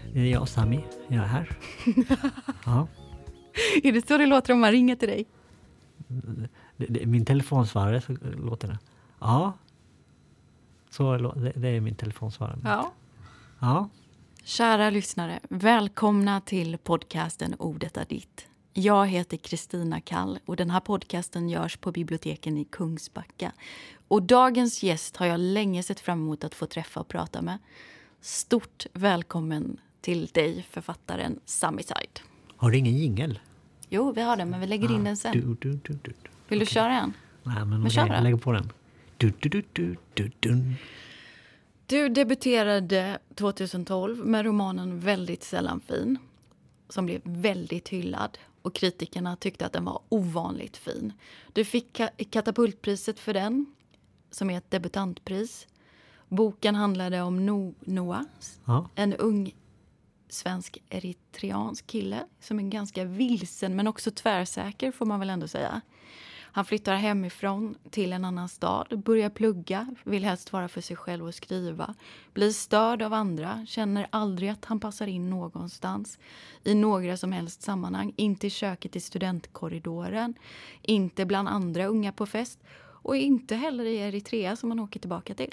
det är jag, Sami. Jag är här. Ja. Är det så det låter om man ringer till dig? Min telefonsvarare så låter det. Ja. Så det är min telefonsvarare. Ja. Ja. Kära lyssnare, välkomna till podcasten Ordet är ditt. Jag heter Kristina Kall och den här podcasten görs på biblioteken i Kungsbacka. Och dagens gäst har jag länge sett fram emot att få träffa och prata med. Stort välkommen till dig, författaren Sami Said. Har du ingen jingle? Jo, vi har den, men vi lägger in den sen. Vill du köra en? Nej, men lägg på den. Du debuterade 2012 med romanen Väldigt sällan fin, som blev väldigt hyllad och kritikerna tyckte att den var ovanligt fin. Du fick Katapultpriset för den, som är ett debutantpris. Boken handlade om Noah, en ung svensk eritreansk kille som är ganska vilsen men också tvärsäker, får man väl ändå säga. Han flyttar hemifrån till en annan stad, börjar plugga, vill helst vara för sig själv och skriva. Blir störd av andra, känner aldrig att han passar in någonstans. I några som helst sammanhang, inte i köket i studentkorridoren, inte bland andra unga på fest och inte heller i Eritrea som man åker tillbaka till.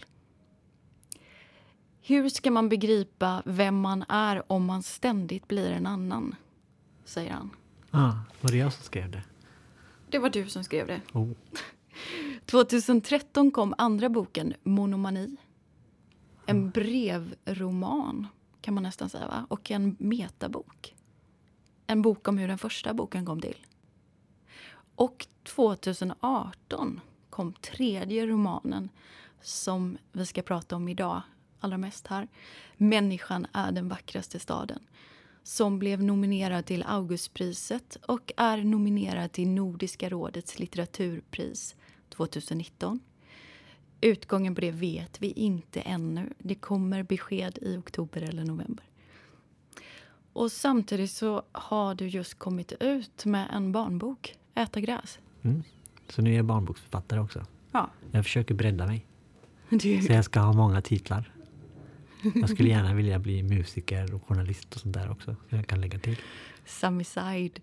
Hur ska man begripa vem man är om man ständigt blir en annan? Säger han. Var det jag som skrev det? Det var du som skrev det. 2013 kom andra boken, Monomani. En brevroman kan man nästan säga, va? Och en metabok. En bok om hur den första boken kom till. Och 2018 kom tredje romanen som vi ska prata om idag, allra mest här. Människan är den vackraste staden. Som blev nominerad till Augustpriset och är nominerad till Nordiska rådets litteraturpris 2019. Utgången på det vet vi inte ännu. Det kommer besked i oktober eller november. Och samtidigt så har du just kommit ut med en barnbok, Äta gräs. Så nu är jag barnboksförfattare också. Ja. Jag försöker bredda mig. Så jag ska ha många titlar. Jag skulle gärna vilja bli musiker och journalist och sånt där också. Så jag kan lägga till. Sami Said,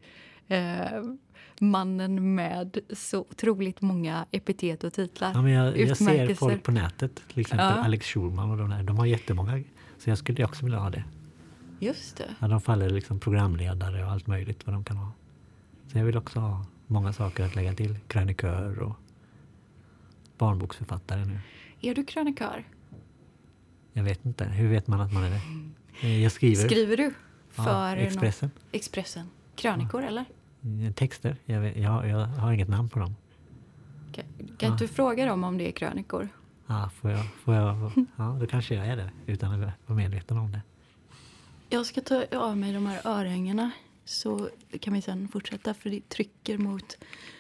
mannen med så otroligt många epitet och titlar. Ja, men jag ser folk på nätet, till exempel Alex Schulman och de har jättemånga. Så jag skulle också vilja ha det. Just det. Ja, de faller liksom programledare och allt möjligt vad de kan ha. Så jag vill också ha många saker att lägga till. Krönikör och barnboksförfattare nu. Är du krönikör? Jag vet inte. Hur vet man att man är det? Jag skriver. Skriver du? För Expressen. Expressen. Krönikor eller? Texter. Jag har inget namn på dem. Kan inte du fråga dem om det är krönikor? Ja, får jag ja, då kanske jag är det. Utan att vara medveten om det. Jag ska ta av mig de här örhängena. Så kan vi sen fortsätta. För det trycker mot...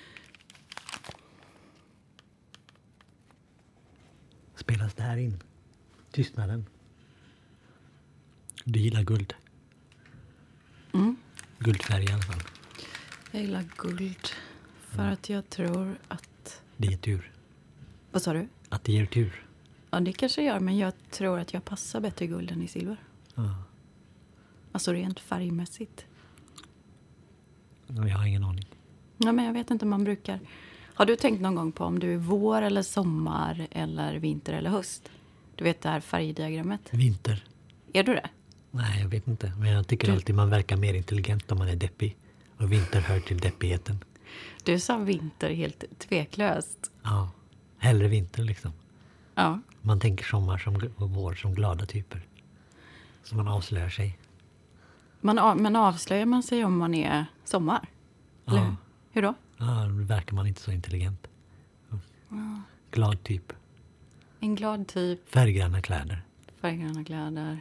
Spelas det här in? Tystnaden. Du gillar guld. Guldfärg i alla fall. Jag gillar guld. För att jag tror att... Det ger tur. Vad sa du? Att det ger tur. Ja, det kanske gör. Men jag tror att jag passar bättre i guld än i silver. Alltså rent färgmässigt. Jag har ingen aning. Ja, men jag vet inte om man brukar... Har du tänkt någon gång på om du är vår eller sommar eller vinter eller höst? Du vet det här färgdiagrammet. Vinter. Är du det? Nej, jag vet inte. Men jag tycker alltid man verkar mer intelligent om man är deppig. Och vinter hör till deppigheten. Du sa vinter helt tveklöst. Ja, hellre vinter liksom. Ja. Man tänker sommar och vår som glada typer. Så man avslöjar sig. Men avslöjar man sig om man är sommar? Eller Ja. hur då? Ja, då verkar man inte så intelligent. Ja. Glad typ. En glad typ. Färggranna kläder. Färggranna kläder.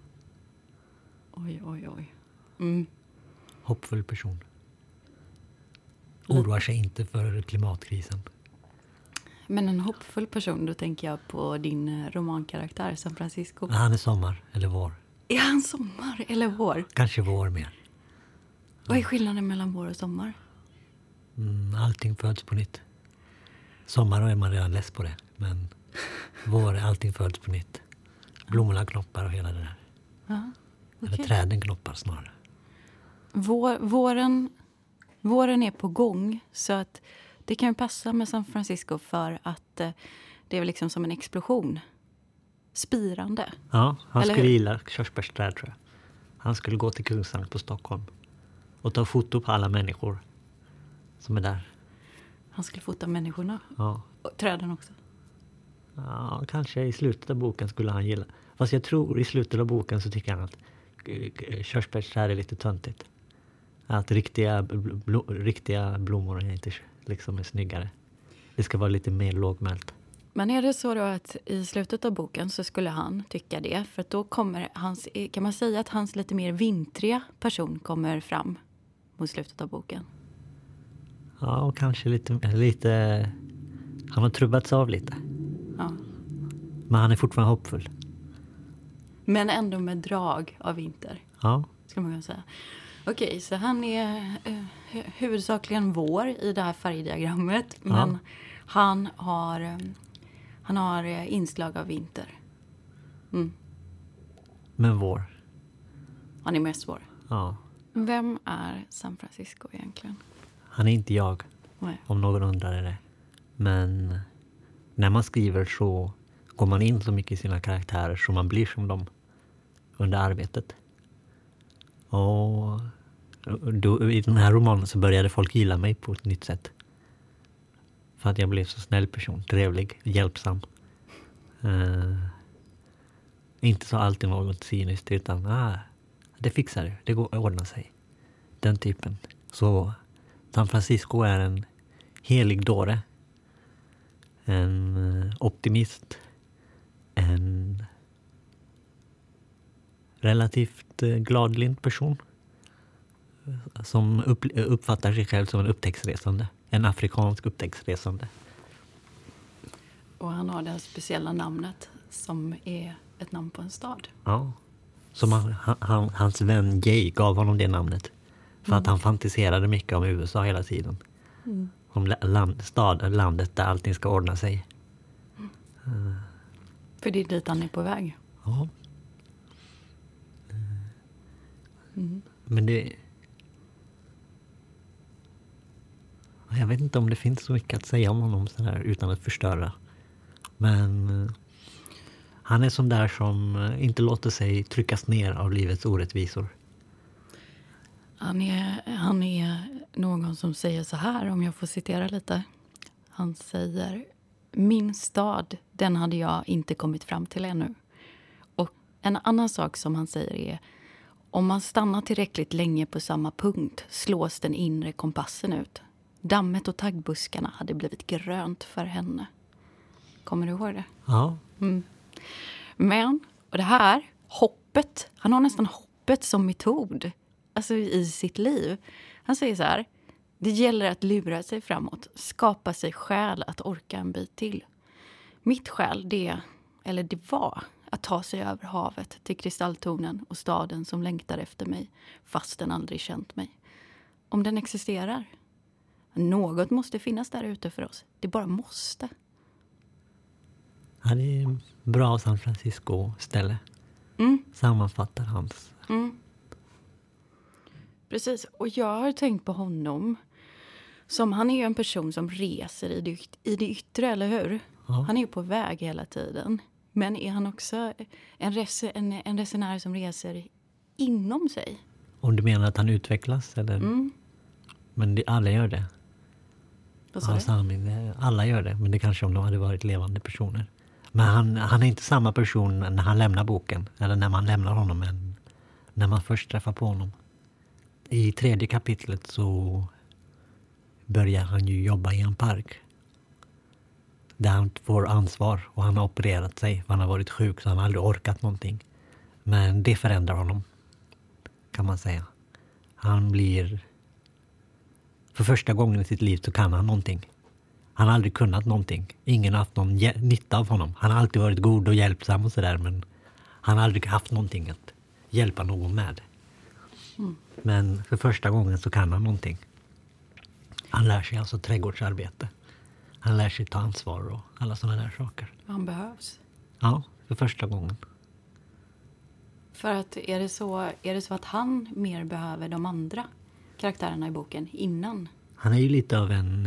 Oj. Hoppfull person. Oroar sig inte för klimatkrisen. Men en hoppfull person, då tänker jag på din romankaraktär San Francisco. Men han är sommar eller vår. Är han sommar eller vår? Kanske vår mer. Vad är skillnaden mellan vår och sommar? Allting föds på nytt. Sommar är man redan less på det. Men vår är allting föds på nytt. Blommorna knoppar och hela det där. Ja. Eller träden knoppar snarare. Våren är på gång, så att det kan passa med San Francisco för att det är liksom som en explosion. Spirande. Ja, han skulle gilla körsbärsträd, tror jag. Han skulle gå till Kungsan på Stockholm och ta foto på alla människor som är där. Han skulle fota människorna? Ja. Och träden också? Ja, kanske i slutet av boken skulle han gilla. Fast jag tror i slutet av boken så tycker han att körsbärsträd är lite töntigt. Att riktiga blommor är inte liksom är snyggare. Det ska vara lite mer lågmält. Men är det så då att i slutet av boken så skulle han tycka det? För att då kommer kan man säga att hans lite mer vintriga person kommer fram mot slutet av boken? Ja, och kanske lite han har trubbats av lite. Ja. Men han är fortfarande hoppfull. Men ändå med drag av vinter. Ja. Ska man kunna säga. Okej, så han är huvudsakligen vår i det här färgdiagrammet. Ja. Men han har inslag av vinter. Mm. Men vår. Han är mest vår. Ja. Vem är San Francisco egentligen? Han är inte jag. Nej. Om någon undrar det. Men när man skriver så går man in så mycket i sina karaktärer så man blir som dem under arbetet. Och då, i den här romanen så började folk gilla mig på ett nytt sätt. För att jag blev så snäll person, trevlig, hjälpsam. Inte så alltid något cyniskt utan det fixar du, det går att ordna sig. Den typen. Så San Francisco är en helig dåre. En optimist. En relativt gladlynt person. Som uppfattar sig själv som en upptäcktsresande. En afrikansk upptäcktsresande. Och han har det här speciella namnet som är ett namn på en stad. Ja. Som hans vän Jay gav honom det namnet. För att han fantiserade mycket om USA hela tiden. Mm. Om landet där allting ska ordna sig. För det är dit han är på väg. Ja. Men det... Jag vet inte om det finns så mycket att säga om honom så här, utan att förstöra. Men han är sån där som inte låter sig tryckas ner av livets orättvisor. Han är någon som säger så här, om jag får citera lite. Han säger: min stad, den hade jag inte kommit fram till ännu. Och en annan sak som han säger är: om man stannar tillräckligt länge på samma punkt slås den inre kompassen ut. Dammet och taggbuskarna hade blivit grönt för henne. Kommer du ihåg det? Ja. Mm. Men, och det här, hoppet, han har nästan hoppet som metod. Alltså i sitt liv. Han säger så här: det gäller att lura sig framåt. Skapa sig själ att orka en bit till. Mitt själ, det var att ta sig över havet till kristalltornen och staden som längtar efter mig, fast den aldrig känt mig. Om den existerar. Något måste finnas där ute för oss. Det bara måste. Ja, det är bra San Francisco-ställe. Sammanfattar hans. Precis, och jag har tänkt på honom som, han är ju en person som reser i det yttre, eller hur? Ja. Han är ju på väg hela tiden. Men är han också en resenär som reser inom sig? Om du menar att han utvecklas? Eller? Men alla gör det. Alla gör det, men det kanske om de hade varit levande personer. Men han är inte samma person när han lämnar boken. Eller när man lämnar honom än när man först träffar på honom. I 3:e kapitlet så börjar han ju jobba i en park. Där han får ansvar och han har opererat sig. Han har varit sjuk så han har aldrig orkat någonting. Men det förändrar honom, kan man säga. Han blir... För första gången i sitt liv så kan han någonting. Han har aldrig kunnat någonting. Ingen har haft någon nytta av honom. Han har alltid varit god och hjälpsam och sådär. Men han har aldrig haft någonting att hjälpa någon med. Men för första gången så kan han någonting. Han lär sig alltså trädgårdsarbete. Han lär sig ta ansvar och alla sådana där saker. Han behövs. Ja, för första gången. För att är det så att han mer behöver de andra karaktärerna i boken innan? Han är ju lite av en...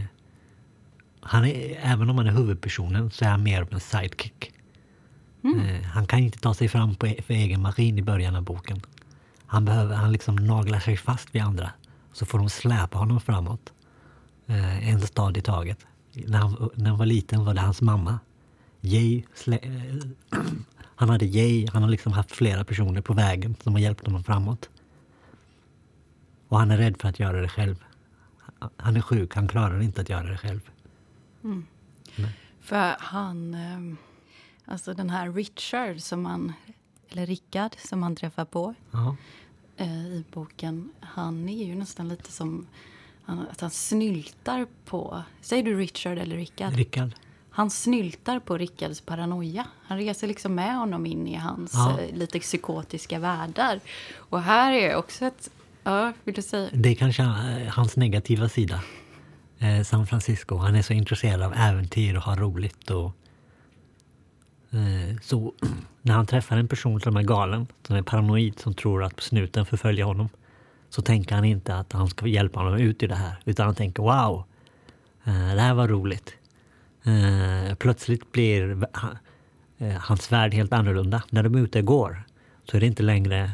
även om han är huvudpersonen så är han mer av en sidekick. Han kan inte ta sig fram för egen maskin i början av boken. Han liksom naglar sig fast vid andra. Så får de släpa honom framåt. En stad i taget. När han var liten var det hans mamma. Han har liksom haft flera personer på vägen som har hjälpt honom framåt. Och han är rädd för att göra det själv. Han är sjuk, han klarar inte att göra det själv. För alltså den här Rickard som han träffar på i boken, han är ju nästan lite som att han snyltar på, säger du Richard eller Rickard? Rickard. Han snyltar på Rickards paranoia. Han reser liksom med honom in i hans lite psykotiska världar. Och här är också vill du säga? Det är kanske hans negativa sida. San Francisco. Han är så intresserad av äventyr och har roligt. Så när han träffar en person som är galen, som är paranoid, som tror att snuten förföljer honom, så tänker han inte att han ska hjälpa honom ut i det här. Utan han tänker, wow, det här var roligt. Plötsligt blir hans värld helt annorlunda. När de är ute och går så är det inte längre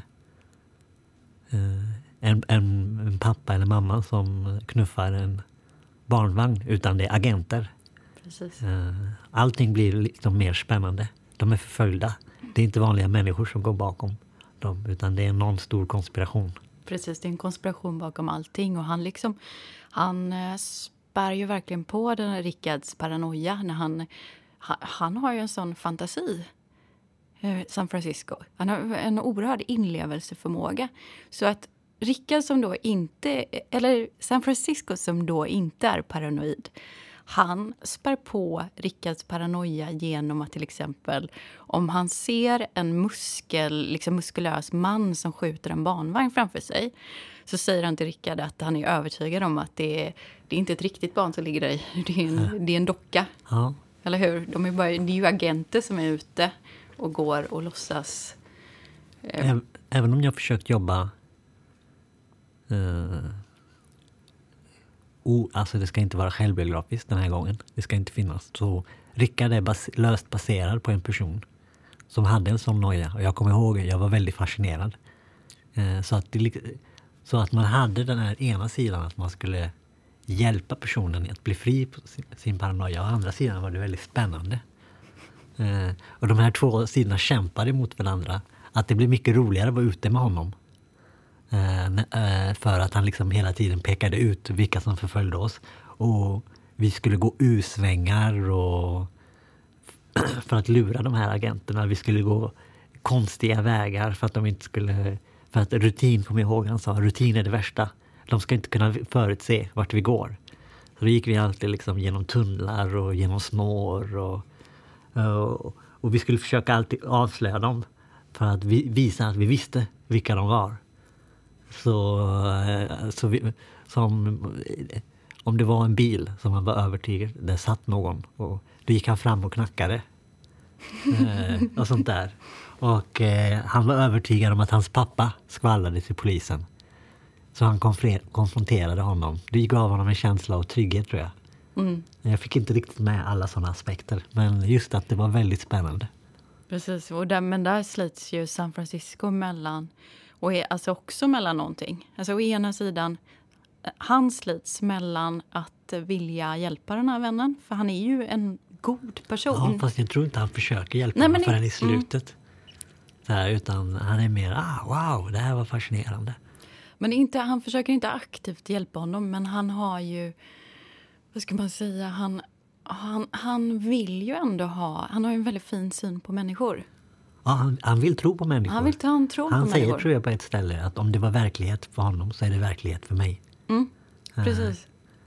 en pappa eller mamma som knuffar en barnvagn, utan det är agenter. Precis. Allting blir liksom mer spännande. De är förföljda. Det är inte vanliga människor som går bakom dem, utan det är någon stor konspiration. Precis, det är en konspiration bakom allting. Och han spär ju verkligen på den här Rickards paranoia när han har ju en sån fantasi, San Francisco. Han har en oerhörd inlevelseförmåga. Så att Rickard San Francisco som då inte är paranoid, han spär på Rickards paranoia genom att till exempel om han ser en muskulös man som skjuter en barnvagn framför sig, så säger han till Rickard att han är övertygad om att det är inte ett riktigt barn som ligger där i. Det är en docka. Ja. Eller hur? Det är ju agenter som är ute och går och låtsas. Även om jag försökt jobba alltså det ska inte vara självbiografiskt den här gången. Det ska inte finnas. Så Rickard är löst baserad på en person som hade en sån noja. Och jag kommer ihåg, jag var väldigt fascinerad. Så att man hade den här ena sidan att man skulle hjälpa personen att bli fri på sin paranoia. Och andra sidan var det väldigt spännande. Och de här två sidorna kämpade mot varandra. Att det blev mycket roligare att vara ute med honom. För att han liksom hela tiden pekade ut vilka som förföljde oss. Och vi skulle gå U-svängar och för att lura de här agenterna. Vi skulle gå konstiga vägar för att de inte skulle... För att rutin, kom jag ihåg, han sa, rutin är det värsta. De ska inte kunna förutse vart vi går. Så då gick vi alltid liksom genom tunnlar och genom snår. Och vi skulle försöka alltid avslöja dem. För att visa att vi visste vilka de var. Om det var en bil som han var övertygad, där satt någon. Och då gick han fram och knackade. Och sånt där. Och han var övertygad om att hans pappa skvallrade till polisen. Så han konfronterade honom. Det gav honom en känsla av trygghet, tror jag. Jag fick inte riktigt med alla sådana aspekter. Men just att det var väldigt spännande. Precis, men där slits ju San Francisco mellan... Och alltså också mellan någonting. Alltså å ena sidan, han slits mellan att vilja hjälpa den här vännen. För han är ju en god person. Ja, fast jag tror inte han försöker hjälpa honom förrän i slutet. Så här, utan han är mer, wow, det här var fascinerande. Men han försöker inte aktivt hjälpa honom. Men han har ju, vad ska man säga, han vill ju ändå han har ju en väldigt fin syn på människor. Ja, han vill tro på människor. Han säger, tror jag, på ett ställe att om det var verklighet för honom så är det verklighet för mig. Precis.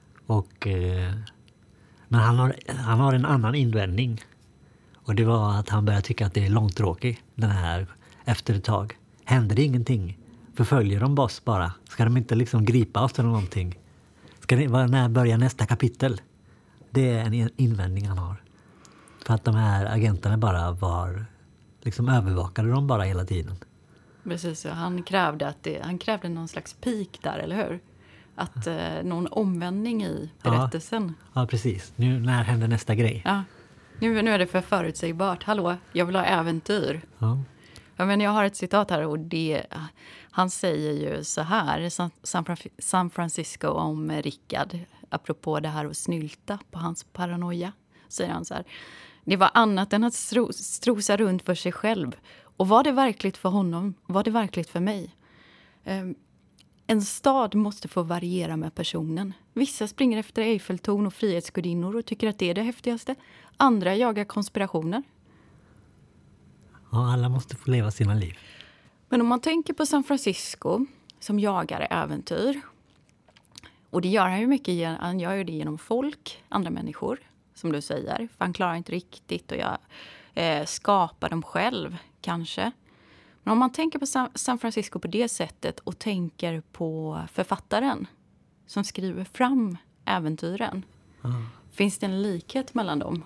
Men han har en annan invändning. Och det var att han började tycka att det är långtråkigt den här efter ett tag. Händer det ingenting? Förföljer de oss bara? Ska de inte liksom gripa oss eller någonting? När börjar nästa kapitel? Det är en invändning han har. För att de här agenterna bara var... liksom övervakade dem bara hela tiden. Precis, han krävde någon slags peak där, eller hur? Att någon omvändning i berättelsen. Ja, precis. Nu, när händer nästa grej? Ja. Nu är det för förutsägbart. Hallå, jag vill ha äventyr. Ja. Ja, men jag har ett citat här och han säger ju så här, San Francisco om Rickard, apropå det här att snylta på hans paranoia, säger han så här. Det var annat än att strosa runt för sig själv. Och var det verkligt för honom? Var det verkligt för mig? En stad måste få variera med personen. Vissa springer efter Eiffeltorn och frihetsgudinnor och tycker att det är det häftigaste. Andra jagar konspirationer. Ja, alla måste få leva sina liv. Men om man tänker på San Francisco som jagar äventyr. Och det gör han ju mycket. Han gör ju det genom folk, andra människor, som du säger. För han klarar inte riktigt att skapa dem själv, kanske. Men om man tänker på San Francisco på det sättet och tänker på författaren som skriver fram äventyren. Finns det en likhet mellan dem?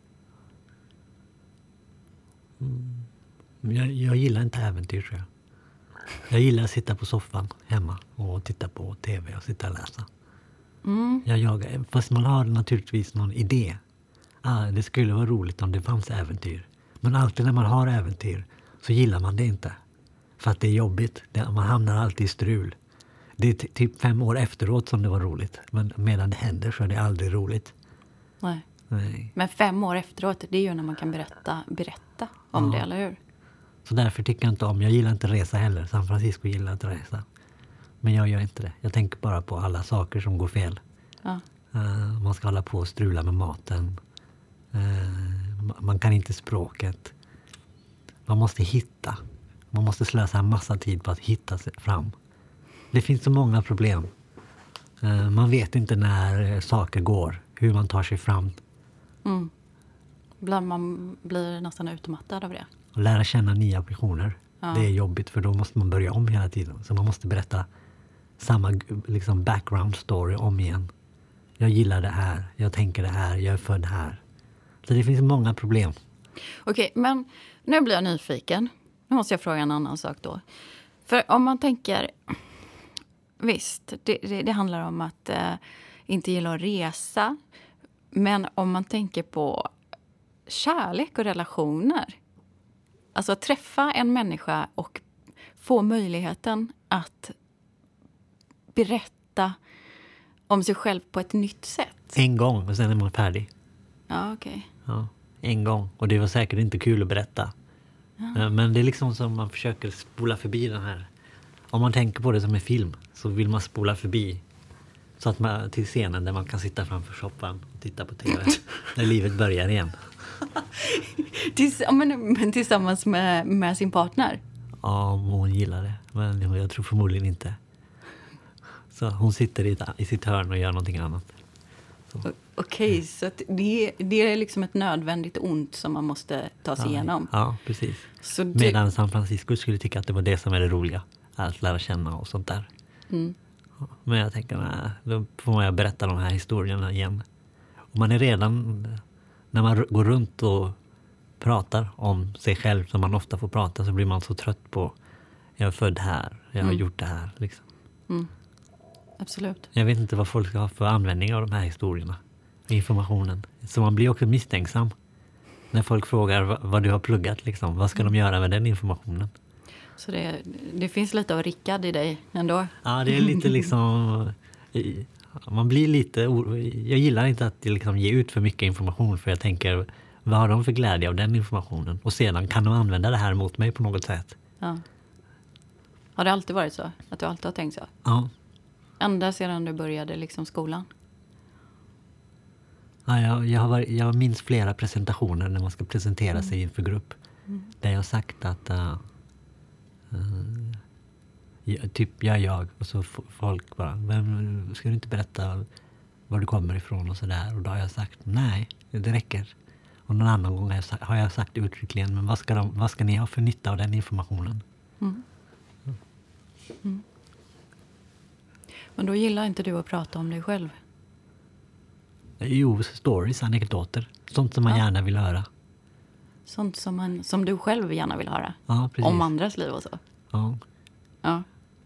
Jag gillar inte äventyr, tror jag. Jag gillar att sitta på soffan hemma och titta på tv och sitta och läsa. Jag jagar, fast man har naturligtvis någon idé. Det skulle vara roligt om det fanns äventyr. Men alltid när man har äventyr så gillar man det inte. För att det är jobbigt. Man hamnar alltid i strul. Det är typ 5 år efteråt som det var roligt. Men medan det händer så är det aldrig roligt. Nej. Men 5 år efteråt, det är ju när man kan berätta om det, eller hur? Så därför tycker jag inte om. Jag gillar inte resa heller. San Francisco gillar inte resa. Men jag gör inte det. Jag tänker bara på alla saker som går fel. Ja. Man ska hålla på och strula med maten. Man kan inte språket. Man måste hitta. Man måste slösa en massa tid på att hitta sig fram. Det finns så många problem. Man vet inte när saker går. Hur man tar sig fram. Man blir nästan utmattad av det. Och lära känna nya personer. Ja. Det är jobbigt, för då måste man börja om hela tiden. Så man måste berätta samma liksom background story om igen. Jag gillar det här. Jag tänker det här. Jag är född här. Så det finns många problem. Okej, men nu blir jag nyfiken. Nu måste jag fråga en annan sak då. För om man tänker... Visst, det handlar om att inte gilla att resa. Men om man tänker på kärlek och relationer. Alltså att träffa en människa och få möjligheten att berätta om sig själv på ett nytt sätt. En gång och sen är man färdig. Ja, okej. Ja, en gång. Och det var säkert inte kul att berätta. Ja. Men det är liksom som man försöker spola förbi den här. Om man tänker på det som en film så vill man spola förbi. Så att man till scenen där man kan sitta framför soffan och titta på tv. När livet börjar igen. Men tillsammans med sin partner? Ja, hon gillar det. Men jag tror förmodligen inte. Så hon sitter i sitt hörn och gör någonting annat. Okej, så att det är liksom ett nödvändigt ont som man måste ta sig igenom. Ja, precis. Medan San Francisco skulle tycka att det var det som är det roliga. Att lära känna och sånt där. Men jag tänker, då får jag berätta de här historierna igen. Och man är redan, när man går runt och pratar om sig själv som man ofta får prata, så blir man så trött på, jag är född här, jag har gjort det här. Liksom. Absolut. Jag vet inte vad folk ska ha för användning av de här historierna. Informationen. Så man blir också misstänksam. När folk frågar vad du har pluggat. Liksom. Vad ska de göra med den informationen? Så det finns lite av Rickard i dig ändå? Ja, det är lite liksom... Man blir lite... Jag gillar inte att liksom ge ut för mycket information. För jag tänker, vad har de för glädje av den informationen? Och sedan kan de använda det här mot mig på något sätt. Ja. Har det alltid varit så? Att du alltid har tänkt så? Ja. Ända sedan du började liksom skolan? Ja, jag minns flera presentationer när man ska presentera sig inför grupp. Där jag har sagt att typ jag och så folk bara, men ska du inte berätta var du kommer ifrån och sådär. Och då har jag sagt, nej, det räcker. Och någon annan gång har jag sagt uttryckligen, men vad ska ni ha för nytta av den informationen? Men då gillar inte du att prata om dig själv? Jo, stories, anekdoter. Sånt som man gärna vill höra. Sånt som du själv gärna vill höra? Ja, precis. Om andras liv och så? Ja. Ja.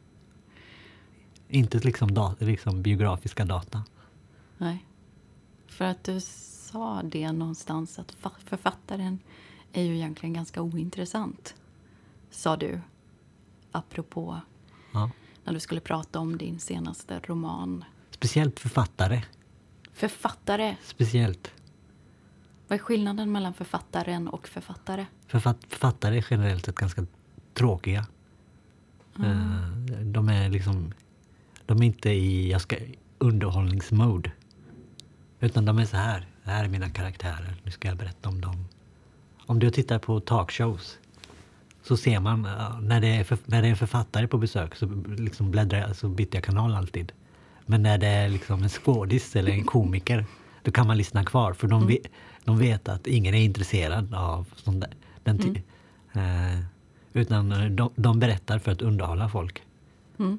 Inte liksom biografiska data. Nej. För att du sa det någonstans att författaren är ju egentligen ganska ointressant. Sa du. Apropå när du skulle prata om din senaste roman. Speciellt författare. Författare? Speciellt. Vad är skillnaden mellan författaren och författare? Författare är generellt sett ganska tråkiga. De är inte i underhållningsmode. Utan de är så här. Det här är mina karaktärer. Nu ska jag berätta om dem. Om du tittar på talkshows så ser man när det är en författare på besök så liksom så byter jag kanal alltid. Men när det är liksom en skådis eller en komiker då kan man lyssna kvar. För de vet att ingen är intresserad av sånt där. Utan de berättar för att underhålla folk. Mm.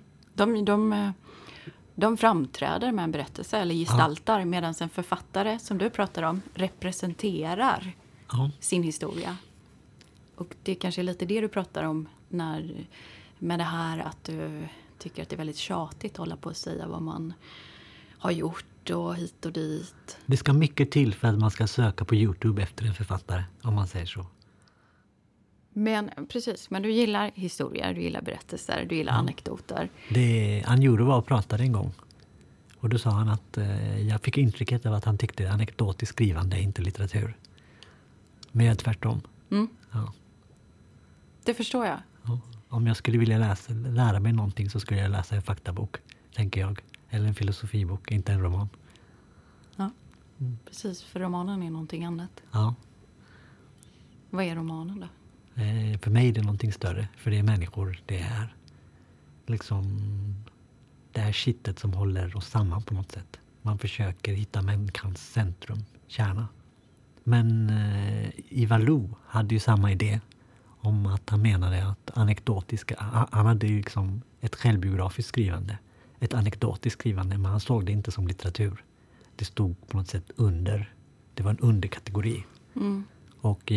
De framträder med en berättelse eller gestaltar medan en författare som du pratar om representerar sin historia. Och det kanske är lite det du pratar om med det här att du tycker att det är väldigt tjatigt att hålla på och säga vad man har gjort och hit och dit. Det ska mycket till för att man ska söka på YouTube efter en författare, om man säger så. Men precis, men du gillar historier, du gillar berättelser, du gillar anekdoter. Anjuro var och pratade en gång. Och då sa han att jag fick intrycket av att han tyckte anekdotiskt skrivande är inte litteratur. Men jag är tvärtom. Mm. Ja. Det förstår jag. Ja. Om jag skulle vilja lära mig någonting så skulle jag läsa en faktabok, tänker jag. Eller en filosofibok, inte en roman. Ja, precis. För romanen är någonting annat. Ja. Vad är romanen då? För mig är det någonting större. För det är människor, det är liksom det här kittet som håller oss samman på något sätt. Man försöker hitta människans centrum, kärna. Men Ivar Lo hade ju samma idé om att han menade att han hade liksom ett självbiografiskt skrivande. Ett anekdotiskt skrivande, men han såg det inte som litteratur. Det stod på något sätt under. Det var en underkategori. Mm. Och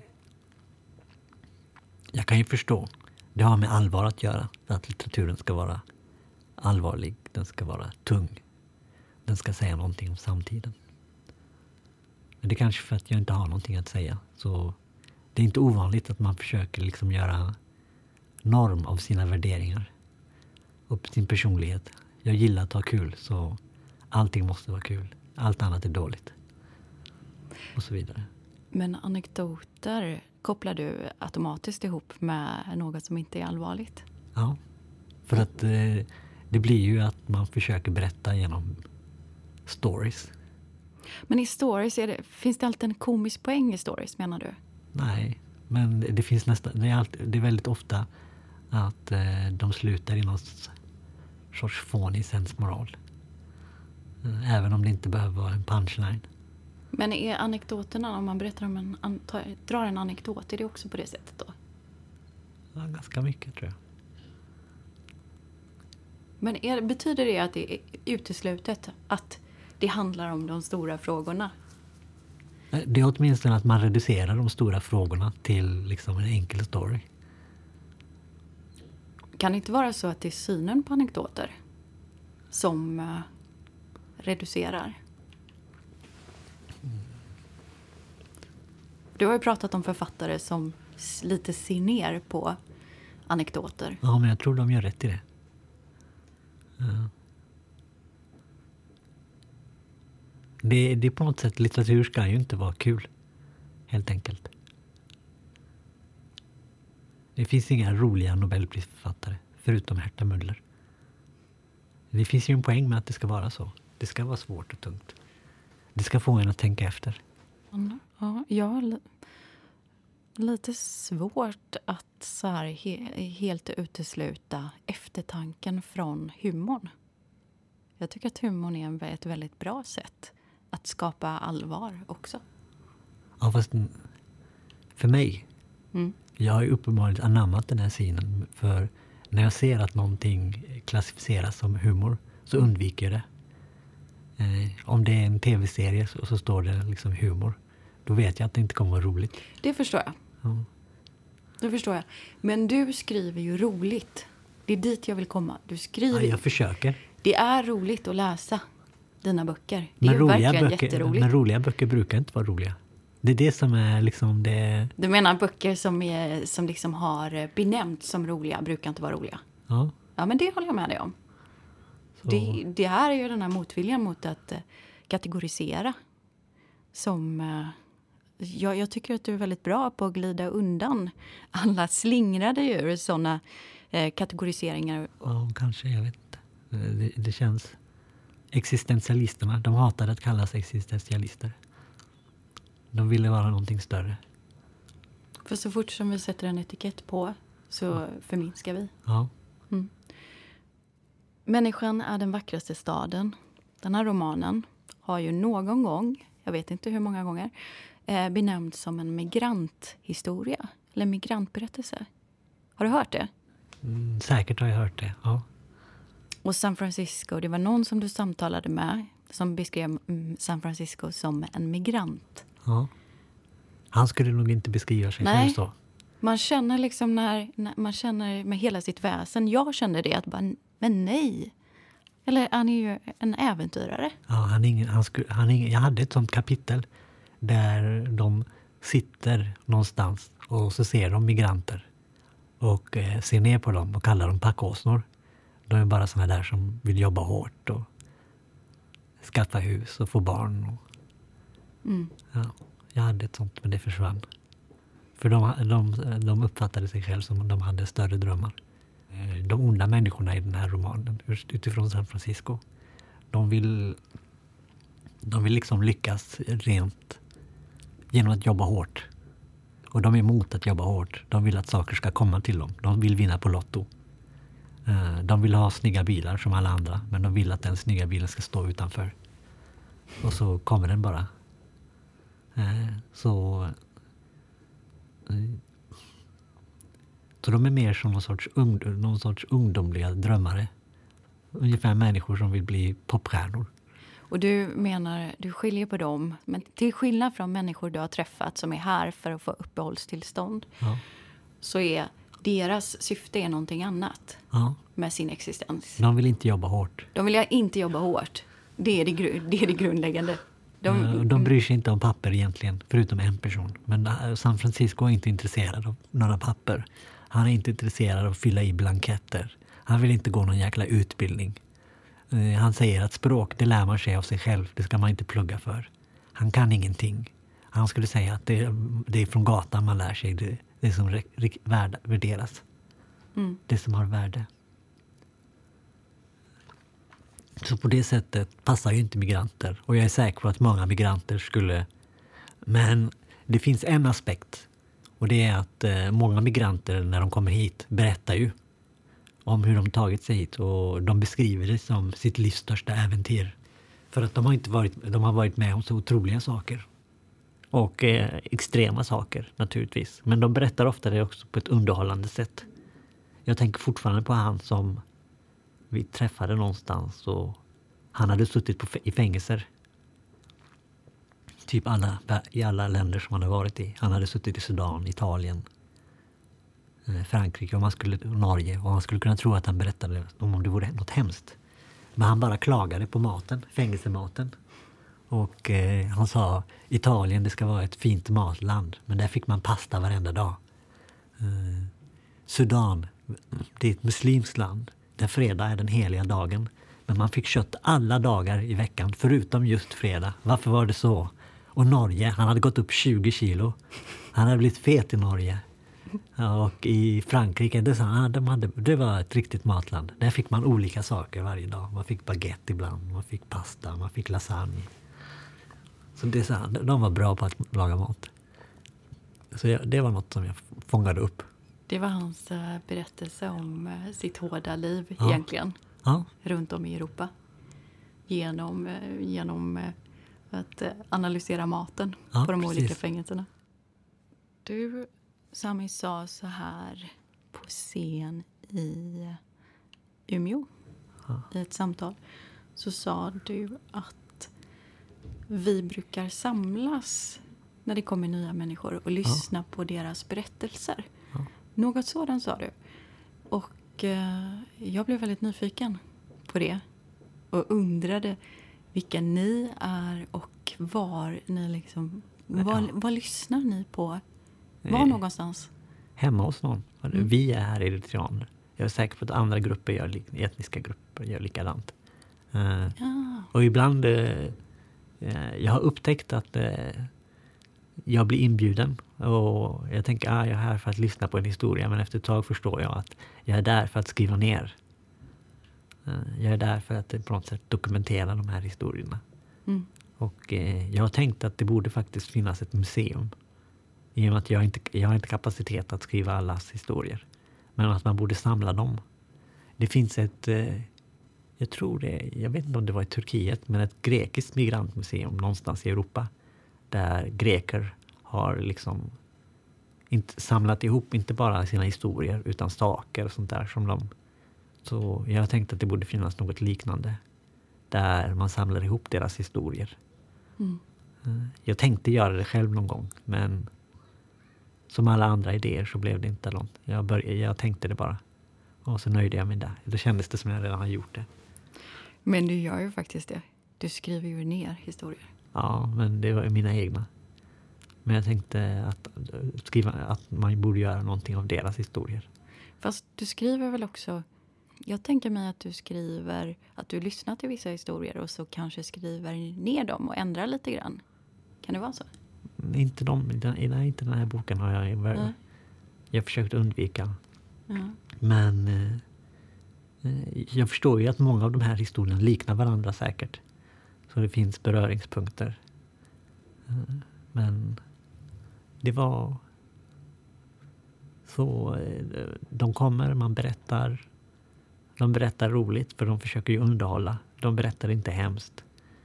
jag kan ju förstå. Det har med allvar att göra. Att litteraturen ska vara allvarlig. Den ska vara tung. Den ska säga någonting om samtiden. Men det är kanske för att jag inte har någonting att säga. Så det är inte ovanligt att man försöker liksom göra norm av sina värderingar. Och sin personlighet. Jag gillar att ha kul, så allting måste vara kul. Allt annat är dåligt. Och så vidare. Men anekdoter kopplar du automatiskt ihop med något som inte är allvarligt? Ja, för att det blir ju att man försöker berätta genom stories. Men i stories, finns det alltid en komisk poäng i stories, menar du? Nej, men det finns nästan, det är väldigt ofta att de slutar i någon sorts fånig sensmoral. Även om det inte behöver vara en punchline. Men är anekdoterna, om man berättar om drar en anekdot, är det också på det sättet då? Ja, ganska mycket tror jag. Men betyder det att det är uteslutet att det handlar om de stora frågorna? Det är åtminstone att man reducerar de stora frågorna till liksom en enkel story. Kan det inte vara så att det är synen på anekdoter som reducerar? Du har ju pratat om författare som lite ser ner på anekdoter. Ja, men jag tror de gör rätt i det. Ja. Det är på något sätt, litteratur ska ju inte vara kul. Helt enkelt. Det finns inga roliga Nobelprisförfattare förutom Herta Müller. Det finns ju en poäng med att det ska vara så. Det ska vara svårt och tungt. Det ska få en att tänka efter. Ja, jag har lite svårt att så här helt utesluta eftertanken från humorn. Jag tycker att humorn är ett väldigt bra sätt att skapa allvar också. Ja, fast för mig, jag har ju uppenbarligen anammat den här synen. För när jag ser att någonting klassificeras som humor så undviker jag det. Om det är en tv-serie så står det liksom humor. Då vet jag att det inte kommer vara roligt. Det förstår jag. Ja. det förstår jag. Men du skriver ju roligt. Det är dit jag vill komma. Du skriver. Ja, jag försöker. Det är roligt att läsa dina böcker. Det Men är verkligen böcker, jätteroligt. men roliga böcker brukar inte vara roliga. Det är det som är liksom det... Du menar böcker som liksom har benämnts som roliga brukar inte vara roliga? Ja. Ja, men det håller jag med dig om. Det här är ju den här motviljan mot att kategorisera. Som... Jag tycker att du är väldigt bra på att glida undan alla slingrade djur, sådana kategoriseringar. Ja, kanske, jag vet inte. Det känns... Existentialisterna, de hatade att kallas existentialister. De ville vara någonting större. För så fort som vi sätter en etikett på så förminskar vi. Ja. Mm. Människan är den vackraste staden. Den här romanen har ju någon gång, jag vet inte hur många gånger, benämnts som en migranthistoria. Eller migrantberättelse. Har du hört det? Säkert har jag hört det, ja. Och San Francisco, det var någon som du samtalade med som beskrev San Francisco som en migrant. Ja. Han skulle nog inte beskriva sig själv så. Man känner liksom när man känner med hela sitt väsen. Jag känner det att bara, men nej. Eller han är ju en äventyrare. Ja, jag hade ett sånt kapitel där de sitter någonstans och så ser de migranter och ser ner på dem och kallar dem packåsnor. De är bara såna där som vill jobba hårt och skaffa hus och få barn. Ja, jag hade ett sånt, men det försvann. För de uppfattade sig själv som om de hade större drömmar. De onda människorna i den här romanen, utifrån San Francisco, de vill liksom lyckas rent genom att jobba hårt. Och de är emot att jobba hårt. De vill att saker ska komma till dem. De vill vinna på Lotto. De vill ha snygga bilar som alla andra, men de vill att den snygga bilen ska stå utanför. Och så kommer den bara. Så de är mer som någon sorts ungdomliga drömmare. Ungefär människor som vill bli popstjärnor. Och du menar, du skiljer på dem, men till skillnad från människor du har träffat som är här för att få uppehållstillstånd, så är deras syfte är någonting annat med sin existens. De vill inte jobba hårt. De vill inte jobba hårt. Det är det grundläggande. De bryr sig inte om papper egentligen, förutom en person. Men San Francisco är inte intresserad av några papper. Han är inte intresserad av att fylla i blanketter. Han vill inte gå någon jäkla utbildning. Han säger att språk, det lär man sig av sig själv. Det ska man inte plugga för. Han kan ingenting. Han skulle säga att det är från gatan man lär sig det som värderas. Det som har värde. Så på det sättet passar ju inte migranter. Och jag är säker på att många migranter skulle... Men det finns en aspekt. Och det är att många migranter när de kommer hit berättar ju om hur de tagit sig hit. Och de beskriver det som sitt livs största äventyr. För att de har varit med om så otroliga saker. Och extrema saker naturligtvis. Men de berättar ofta det också på ett underhållande sätt. Jag tänker fortfarande på han som vi träffade någonstans. Och han hade suttit i fängelser. Typ i alla länder som han har varit i. Han hade suttit i Sudan, Italien, Frankrike och Norge. Och man skulle kunna tro att han berättade om det vore något hemskt. Men han bara klagade på maten, fängelsematen. Och han sa, Italien det ska vara ett fint matland. Men där fick man pasta varenda dag. Sudan, det är ett muslimskt land. Där fredag är den heliga dagen. Men man fick kött alla dagar i veckan, förutom just fredag. Varför var det så? Och Norge, han hade gått upp 20 kilo. Han hade blivit fet i Norge. Och i Frankrike, det var ett riktigt matland. Där fick man olika saker varje dag. Man fick baguette ibland, man fick pasta, man fick lasagne. Så de var bra på att laga mat. Så det var något som jag fångade upp. Det var hans berättelse om sitt hårda liv egentligen. Ja. Runt om i Europa. Genom att analysera maten på de olika fängelserna. Du, Sami, sa så här på scen i Umeå i ett samtal. Så sa du att vi brukar samlas när det kommer nya människor och lyssna på deras berättelser. Något sådant sa du. Och jag blev väldigt nyfiken på det. Och undrade vilka ni är och var ni liksom... Vad lyssnar ni på? Var någonstans? Hemma hos någon. Vi är här eritreaner. Jag är säker på att andra grupper etniska grupper gör likadant. Och ibland... jag har upptäckt att jag blir inbjuden. Och jag tänker jag är här för att lyssna på en historia. Men efter ett tag förstår jag att jag är där för att skriva ner. Jag är där för att på något sätt dokumentera de här historierna. Och jag har tänkt att det borde faktiskt finnas ett museum. I och med att jag har inte kapacitet att skriva allas historier. Men att man borde samla dem. Det finns ett, jag vet inte om det var i Turkiet, men ett grekiskt migrantmuseum någonstans i Europa. Där greker har liksom inte samlat ihop inte bara sina historier utan saker och sånt där som de... Så jag har tänkt att det borde finnas något liknande. Där man samlar ihop deras historier. Jag tänkte göra det själv någon gång. Men som alla andra idéer så blev det inte något. Jag tänkte det bara. Och så nöjde jag mig där. Då kändes det som jag redan har gjort det. Men du gör ju faktiskt det. Du skriver ju ner historier. Ja, men det var mina egna. Men jag tänkte att man borde göra någonting av deras historier. Fast du skriver väl också... Jag tänker mig att du skriver att du lyssnar till vissa historier och så kanske skriver ner dem och ändrar lite grann. Kan det vara så? Inte den här boken har jag försökt undvika. Men jag förstår ju att många av de här historierna liknar varandra säkert. Så det finns beröringspunkter. Men det var så de kommer, man berättar. De berättar roligt för de försöker ju underhålla. De berättar inte hemskt.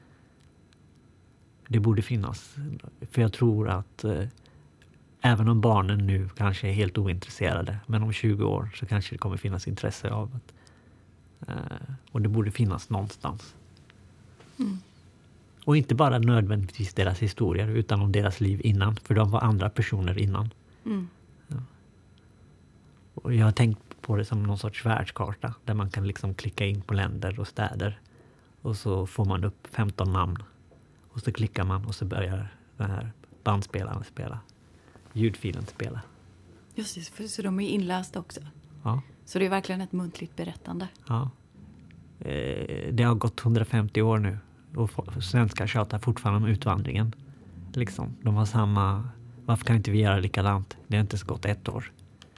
Det borde finnas. För jag tror att även om barnen nu kanske är helt ointresserade. Men om 20 år så kanske det kommer finnas intresse av att... och det borde finnas någonstans. Och inte bara nödvändigtvis deras historier utan om deras liv innan. För de var andra personer innan. Ja. Och jag har tänkt på det som någon sorts världskarta. Där man kan liksom klicka in på länder och städer. Och så får man upp 15 namn. Och så klickar man och så börjar den här bandspelaren spela. Ljudfilen spela. Just det, så de är inlästa också. Ja. Så det är verkligen ett muntligt berättande. Ja. Det har gått 150 år nu. Och svenskar tjatar fortfarande om utvandringen. Liksom. De har samma... Varför kan inte vi göra likadant? Det har inte så gått 1 år.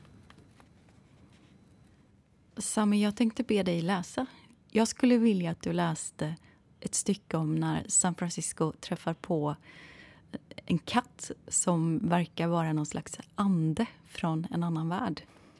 Sami, jag tänkte be dig läsa. Jag skulle vilja att du läste ett stycke om när San Francisco träffar på en katt som verkar vara någon slags ande från en annan värld.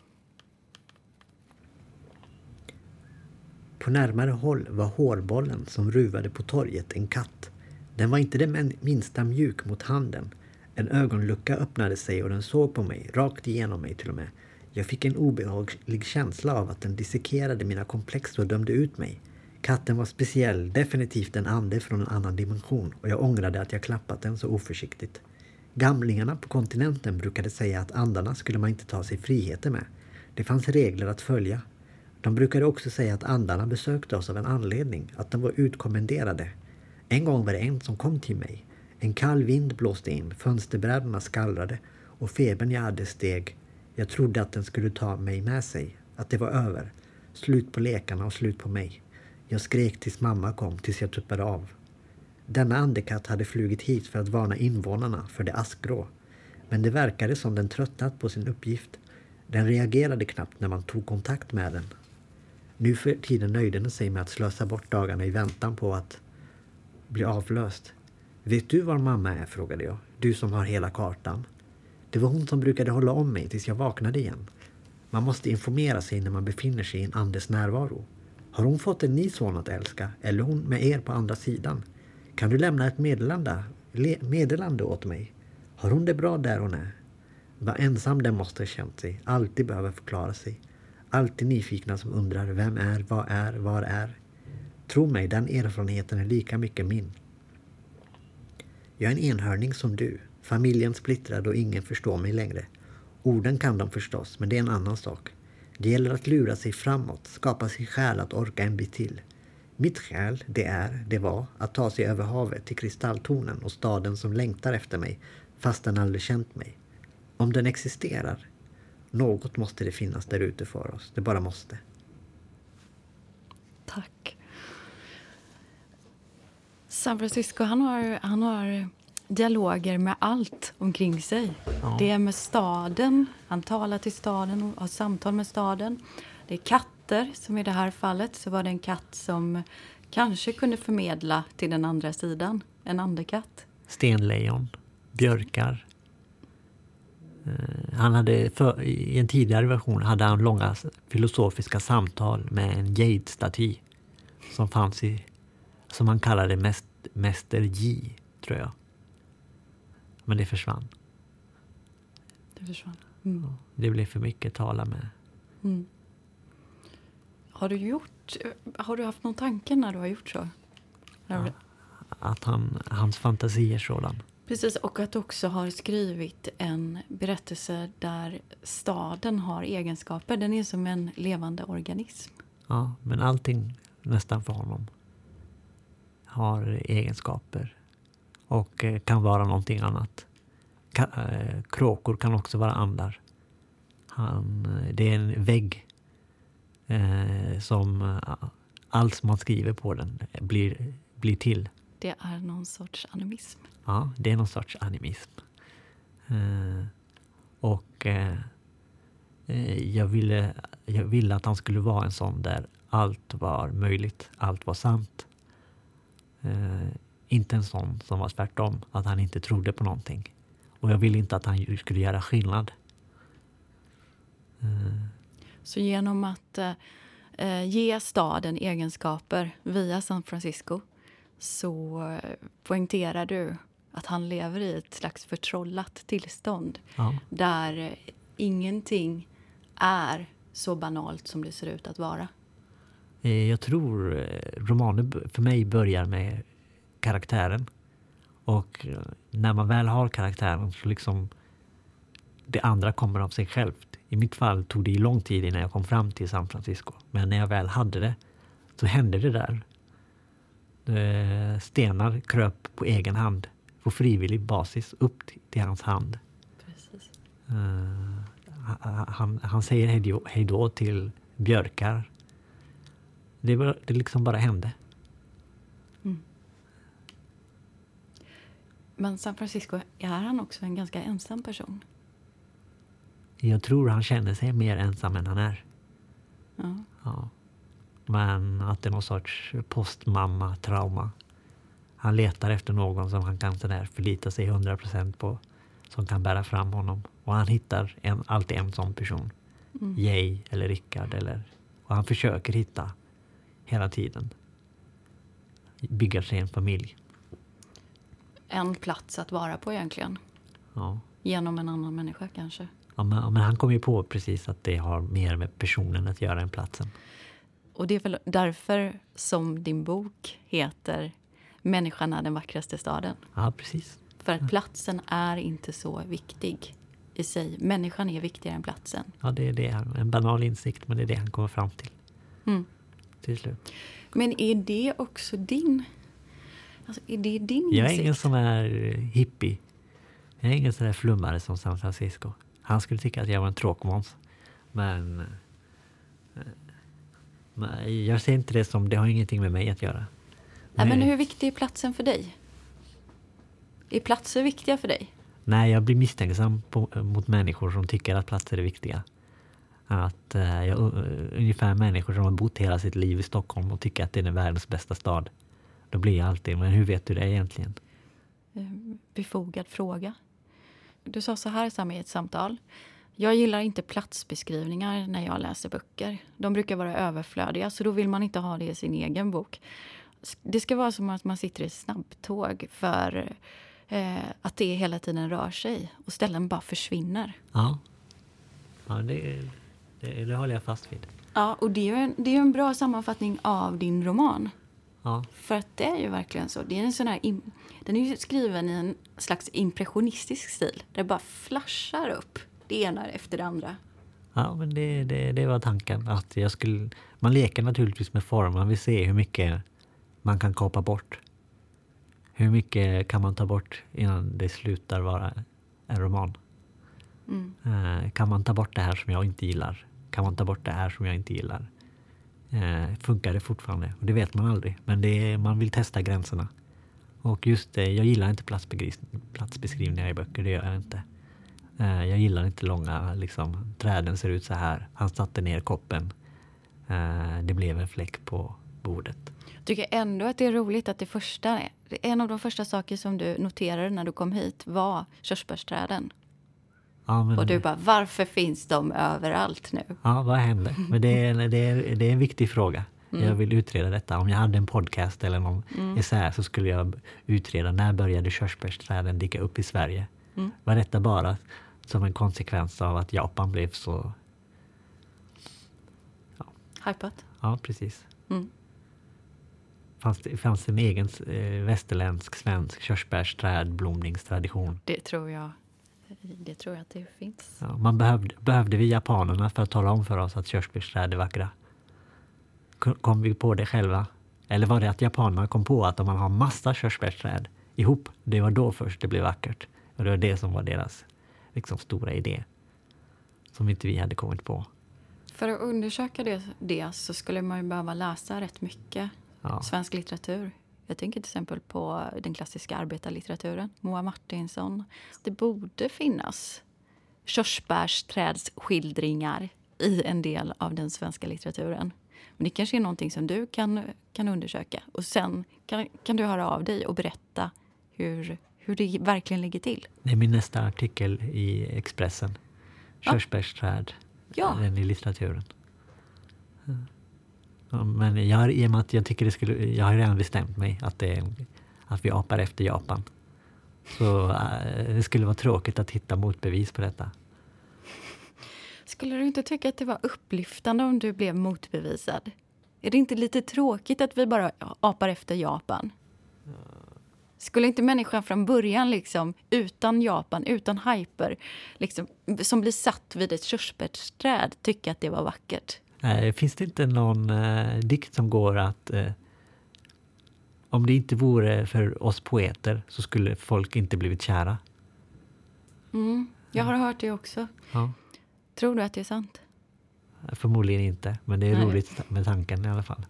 På närmare håll var hårbollen som ruvade på torget en katt. Den var inte det minsta mjuk mot handen. En ögonlucka öppnade sig och den såg på mig, rakt igenom mig till och med. Jag fick en obehaglig känsla av att den dissekerade mina komplex och dömde ut mig. Katten var speciell, definitivt en ande från en annan dimension och jag ångrade att jag klappat den så oförsiktigt. Gamlingarna på kontinenten brukade säga att andarna skulle man inte ta sig friheter med. Det fanns regler att följa. De brukade också säga att andarna besökte oss av en anledning, att de var utkommenderade. En gång var det en som kom till mig. En kall vind blåste in, fönsterbrädorna skallrade och febern jag hade steg. Jag trodde att den skulle ta mig med sig, att det var över. Slut på lekarna och slut på mig. Jag skrek tills mamma kom, tills jag tuppade av. Denna andekatt hade flugit hit för att varna invånarna för det askgrå. Men det verkade som den tröttnat på sin uppgift. Den reagerade knappt när man tog kontakt med den. Nu för tiden nöjde den sig med att slösa bort dagarna i väntan på att bli avlöst. Vet du var mamma är, frågade jag. Du som har hela kartan. Det var hon som brukade hålla om mig tills jag vaknade igen. Man måste informera sig när man befinner sig i en andes närvaro. Har hon fått en ny son att älska? Eller hon med er på andra sidan? Kan du lämna ett meddelande åt mig? Har hon det bra där hon är? Vad ensam den måste ha känt sig. Alltid behöver förklara sig. Alltid nyfikna som undrar vem är, vad är, var är. Tro mig, den erfarenheten är lika mycket min. Jag är en enhörning som du. Familjen splittrad och ingen förstår mig längre. Orden kan de förstås, men det är en annan sak. Det gäller att lura sig framåt, skapa sig själ att orka en bit till. Mitt själ, det var att ta sig över havet till kristalltornen och staden som längtar efter mig, fast den aldrig känt mig. Om den existerar, något måste det finnas där ute för oss. Det bara måste. Tack. San Francisco, han har dialoger med allt omkring sig. Ja. Det är med staden, han talar till staden och har samtal med staden. Det är katter, som i det här fallet så var det en katt som kanske kunde förmedla till den andra sidan, en andekatt. Stenlejon, björkar. Han hade i en tidigare version hade han långa filosofiska samtal med en jade-staty som fanns som han kallade Mäster J, tror jag. Men det försvann. Mm. Det blev för mycket att tala med. Mm. Har du haft någon tanke när du har gjort så? Ja, att hans fantasi är sådan. Precis, och att du också har skrivit en berättelse där staden har egenskaper. Den är som en levande organism. Ja, men allting nästan för honom har egenskaper och kan vara någonting annat. Kråkor kan också vara andar. Det är en vägg som allt som man skriver på den blir till. Det är någon sorts animism. Ja, det är någon sorts animism. Jag ville att han skulle vara en sån där allt var möjligt, allt var sant. Inte en sån som var tvärtom, att han inte trodde på någonting. Och jag ville inte att han skulle göra skillnad. Så genom att ge staden egenskaper via San Francisco så poängterar du att han lever i ett slags förtrollat tillstånd. Ja. Där ingenting är så banalt som det ser ut att vara. Jag tror romanen för mig börjar med karaktären. Och när man väl har karaktären så liksom det andra kommer av sig självt. I mitt fall tog det lång tid innan jag kom fram till San Francisco. Men när jag väl hade det så hände det där. Stenar kröp på egen hand på frivillig basis upp till hans hand. Precis. Han säger hej då till björkar. Det liksom bara hände. Mm. Men San Francisco, är han också en ganska ensam person? Jag tror han känner sig mer ensam än han är. Ja. Men att det är någon sorts postmamma-trauma. Han letar efter någon som han kan sådär förlita sig 100% på. Som kan bära fram honom. Och han hittar alltid en sån person. Jay eller Rickard. Och han försöker hitta hela tiden. Bygga sig en familj. En plats att vara på egentligen. Ja. Genom en annan människa kanske. Ja, men han kom ju på precis att det har mer med personen att göra än platsen. Och det är väl därför som din bok heter Människan är den vackraste staden. Ja, precis. För att platsen är inte så viktig i sig. Människan är viktigare än platsen. Ja, det är det. En banal insikt, men det är det han kommer fram till. Mm. Till slut. Men är det också din... Alltså, är det din insikt? Jag är ingen sån här hippie. Jag är ingen sån där flummare som San Francisco. Han skulle tycka att jag var en tråkmåns. Men jag ser inte det som... Det har ingenting med mig att göra. Nej, men hur viktig är platsen för dig? Är platser viktiga för dig? Nej, jag blir misstänksam mot människor som tycker att platser är viktiga. Att ungefär människor som har bott hela sitt liv i Stockholm och tycker att det är världens bästa stad. Då blir jag alltid, men hur vet du det egentligen? Befogad fråga. Du sa så här Sami i ett samtal. Jag gillar inte platsbeskrivningar när jag läser böcker. De brukar vara överflödiga, så då vill man inte ha det i sin egen bok. Det ska vara som att man sitter i ett snabbtåg för att det hela tiden rör sig och ställen bara försvinner. Ja, det håller jag fast vid. Ja, och det är ju en bra sammanfattning av din roman. Ja. För att det är ju verkligen så. Det är en sån här den är ju skriven i en slags impressionistisk stil. Där det bara flashar upp det ena efter det andra. Ja, men det var tanken. Att man leker naturligtvis med form. Man vill se hur mycket man kan kapa bort. Hur mycket kan man ta bort innan det slutar vara en roman? Kan man ta bort det här som jag inte gillar? Kan man ta bort det här som jag inte gillar? Funkar det fortfarande? Och det vet man aldrig. Men man vill testa gränserna. Och just det, jag gillar inte platsbeskrivningar i böcker. Det gör jag inte. Jag gillar inte långa, liksom, träden ser ut så här. Han satte ner koppen. Det blev en fläck på bordet. Jag tycker ändå att det är roligt att en av de första saker som du noterade när du kom hit var körsbärsträden. Ja, men, och du bara, varför finns de överallt nu? Ja, vad händer? Men det är en viktig fråga. Jag vill utreda detta. Om jag hade en podcast eller någon essä så skulle jag utreda när började körsbärsträden dyka upp i Sverige. Var detta bara som en konsekvens av att Japan blev så... Ja. Hypat? Ja, precis. Fanns en egen västerländsk, svensk körsbärsträdblomningstradition. Det tror jag att det finns. Ja, man behövde vi japanerna för att tala om för oss att körsbärsträd är vackra. Kom vi på det själva? Eller var det att japanerna kom på att om man har massa körsbärsträd ihop, det var då först det blev vackert. Och det var det som var deras liksom stora idé. Som inte vi hade kommit på. För att undersöka det så skulle man ju behöva läsa rätt mycket svensk litteratur. Jag tänker till exempel på den klassiska arbetarlitteraturen. Moa Martinsson. Det borde finnas körsbärsträdsskildringar i en del av den svenska litteraturen. Men det kanske är någonting som du kan undersöka. Och sen kan du höra av dig och berätta hur det verkligen ligger till. Det är min nästa artikel i Expressen. Körsbärsträd. Ja. Den i litteraturen. Ja, men i och med att jag tycker jag har redan bestämt mig att vi apar efter Japan. Så det skulle vara tråkigt att hitta motbevis på detta. Skulle du inte tycka att det var upplyftande om du blev motbevisad? Är det inte lite tråkigt att vi bara apar efter Japan? Skulle inte människan från början liksom, utan Japan, utan hyper, liksom, som blir satt vid ett körsbärsträd, tycka att det var vackert? Finns det inte någon dikt som går att om det inte vore för oss poeter så skulle folk inte blivit kära? Jag har hört det också. Ja. Tror du att det är sant? Förmodligen inte, men det är roligt med tanken i alla fall.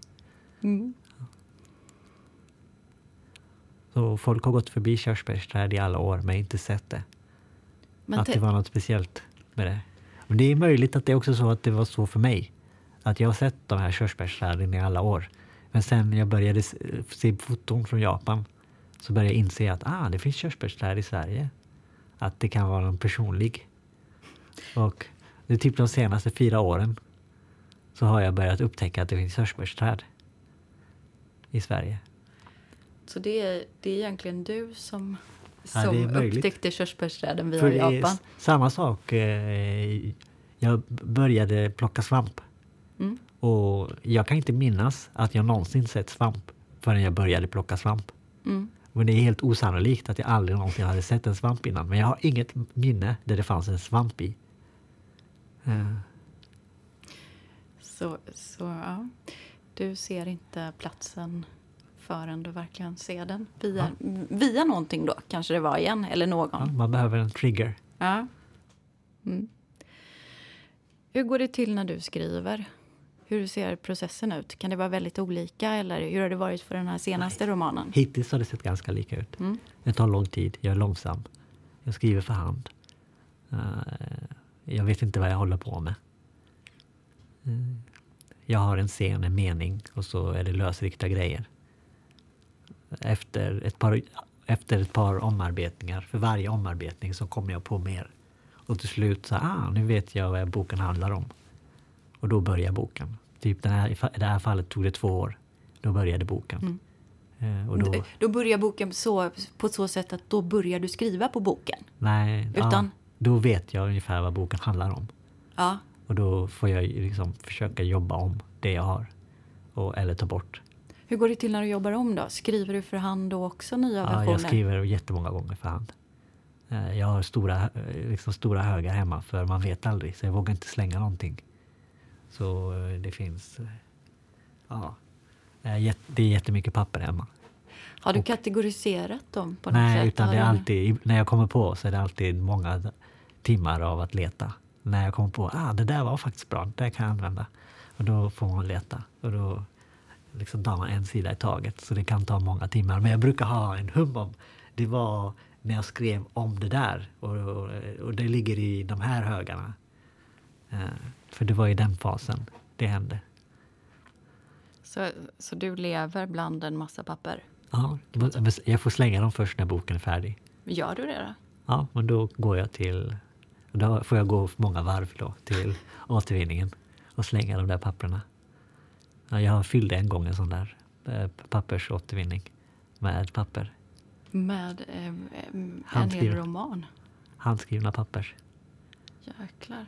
Så folk har gått förbi körsbärsträd i alla år men inte sett det. Men att det var något speciellt med det. Men det är möjligt att det är också så att det var så för mig. Att jag har sett de här körsbärsträden i alla år. Men sen jag började se foton från Japan så började jag inse att det finns körsbärsträd i Sverige. Att det kan vara en personlig. Och det är typ de senaste 4 åren så har jag börjat upptäcka att det finns körsbärsträd i Sverige. Så det är egentligen du som upptäckte körsbärsträden via för Japan? Samma sak. Jag började plocka svamp. Och jag kan inte minnas att jag någonsin sett svamp förrän jag började plocka svamp. Men det är helt osannolikt att jag aldrig någonsin hade sett en svamp innan. Men jag har inget minne där det fanns en svamp i. Så ja. Du ser inte platsen förrän du verkligen ser den. Via någonting då, kanske det var igen. Eller någon. Ja, man behöver en trigger. Ja. Hur går det till när du skriver? Hur ser processen ut? Kan det vara väldigt olika? Eller hur har det varit för den här senaste romanen? Hittills har det sett ganska lika ut. Det tar lång tid. Jag är långsam. Jag skriver för hand. Jag vet inte vad jag håller på med. Jag har en scen, en mening och så är det lösrikta grejer. Efter ett par omarbetningar, för varje omarbetning så kommer jag på mer. Och till slut så, nu vet jag vad boken handlar om. Och då börjar boken. Typ i det här fallet tog det 2 år. Då började boken. Och då börjar boken på så sätt att då börjar du skriva på boken? Nej, då vet jag ungefär vad boken handlar om. Ja. Och då får jag liksom försöka jobba om det jag har. Eller ta bort. Hur går det till när du jobbar om då? Skriver du för hand då också nya versioner? Jag skriver jättemånga gånger för hand. Jag har stora högar hemma för man vet aldrig. Så jag vågar inte slänga någonting. Så det finns... Ja, det är jättemycket papper hemma. Har du kategoriserat dem på något sätt? Nej, utan det är alltid... När jag kommer på så är det alltid många timmar av att leta. När jag kommer på det där var faktiskt bra, det kan jag använda. Och då får man leta. Och då liksom tar man en sida i taget. Så det kan ta många timmar. Men jag brukar ha en hum om. Det var när jag skrev om det där. Och det ligger i de här högarna. För det var i den fasen det hände. Så du lever bland en massa papper? Ja, jag får slänga dem först när boken är färdig. Gör du det då? Ja, men då går jag till... Då får jag gå många varv då till återvinningen och slänga de där papperna. Ja, jag fyllde en gång en sån där pappersåtervinning med papper. Med en hel roman? Handskrivna papper. Jäklar.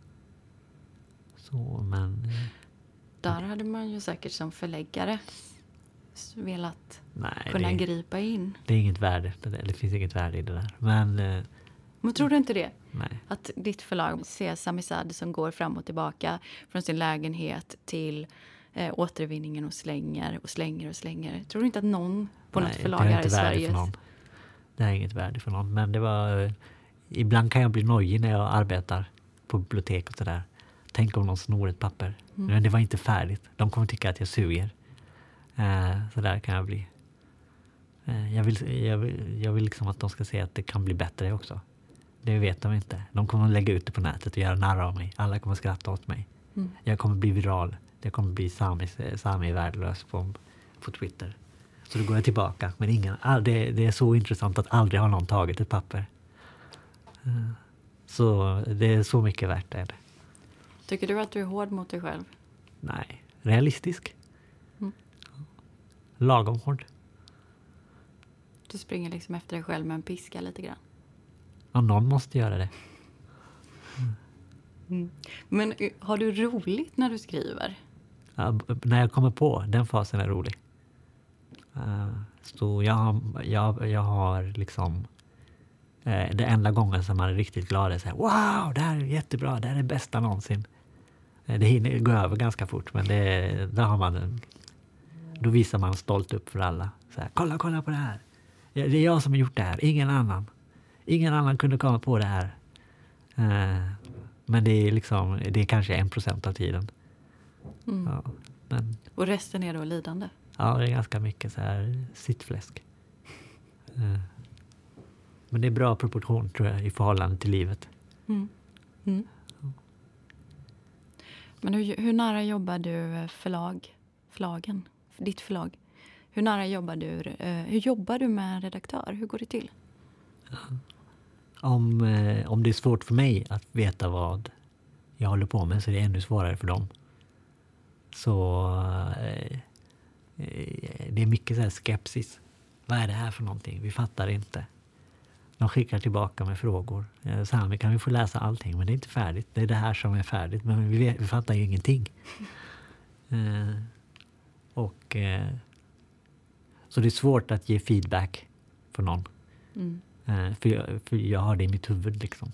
Så, men... Där hade man ju säkert som förläggare velat kunna gripa in. Det är inget värde. Det finns inget värde i det där. Men tror du inte det? Nej. Att ditt förlag ser Sami Sadi som går fram och tillbaka från sin lägenhet till återvinningen och slänger och slänger och slänger. Tror du inte att någon på något förlag här i Sverige... Det är inget värde för någon. Men det var... Ibland kan jag bli nojig när jag arbetar på bibliotek och sådär. Tänk om någon snor ett papper. Men det var inte färdigt. De kommer tycka att jag suger. Så där kan jag bli. Jag vill liksom att de ska se att det kan bli bättre också. Det vet de inte. De kommer att lägga ut det på nätet och göra narr av mig. Alla kommer att skratta åt mig. Jag kommer bli viral. Jag kommer bli Sami värdelös på Twitter. Så då går jag tillbaka. Men det är så intressant att aldrig har någon tagit ett papper. Så det är så mycket värt det. Tycker du att du är hård mot dig själv? Nej, realistisk. Lagom hård. Du springer liksom efter dig själv med en piska lite grann. Ja, någon måste göra det. Men har du roligt när du skriver? Ja, när jag kommer på, den fasen är rolig. Så jag har liksom... det enda gången som man är riktigt glad är så här: wow, det här är jättebra, det här är det bästa någonsin. Det hinner gå över ganska fort, men där har man då visar man stolt upp för alla. Så här, kolla på det här. Det är jag som har gjort det här, ingen annan. Ingen annan kunde komma på det här. Men det är kanske 1% av tiden. Ja, men, och resten är då lidande? Ja, det är ganska mycket så här sittfläsk. Men det är bra proportion tror jag i förhållande till livet. Men hur nära jobbar du förlagen? Ditt förlag? Hur nära jobbar du? Hur jobbar du med en redaktör? Hur går det till? Om det är svårt för mig att veta vad jag håller på med, så är det ännu svårare för dem. Så det är mycket så här skepsis. Vad är det här för någonting? Vi fattar inte. De skickar tillbaka med frågor. Sami, kan vi få läsa allting? Men det är inte färdigt. Det är det här som är färdigt. Men vi fattar ju ingenting. Så det är svårt att ge feedback för någon. För jag har det i mitt huvud liksom.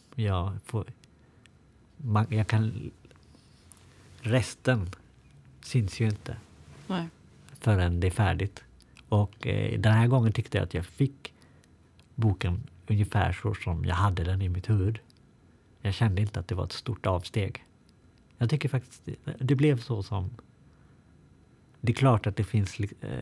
Resten syns ju inte. Nej. Förrän det är färdigt. Och den här gången tyckte jag att jag fick boken ungefär så som jag hade den i mitt huvud. Jag kände inte att det var ett stort avsteg. Jag tycker faktiskt det blev så som... Det är klart att det finns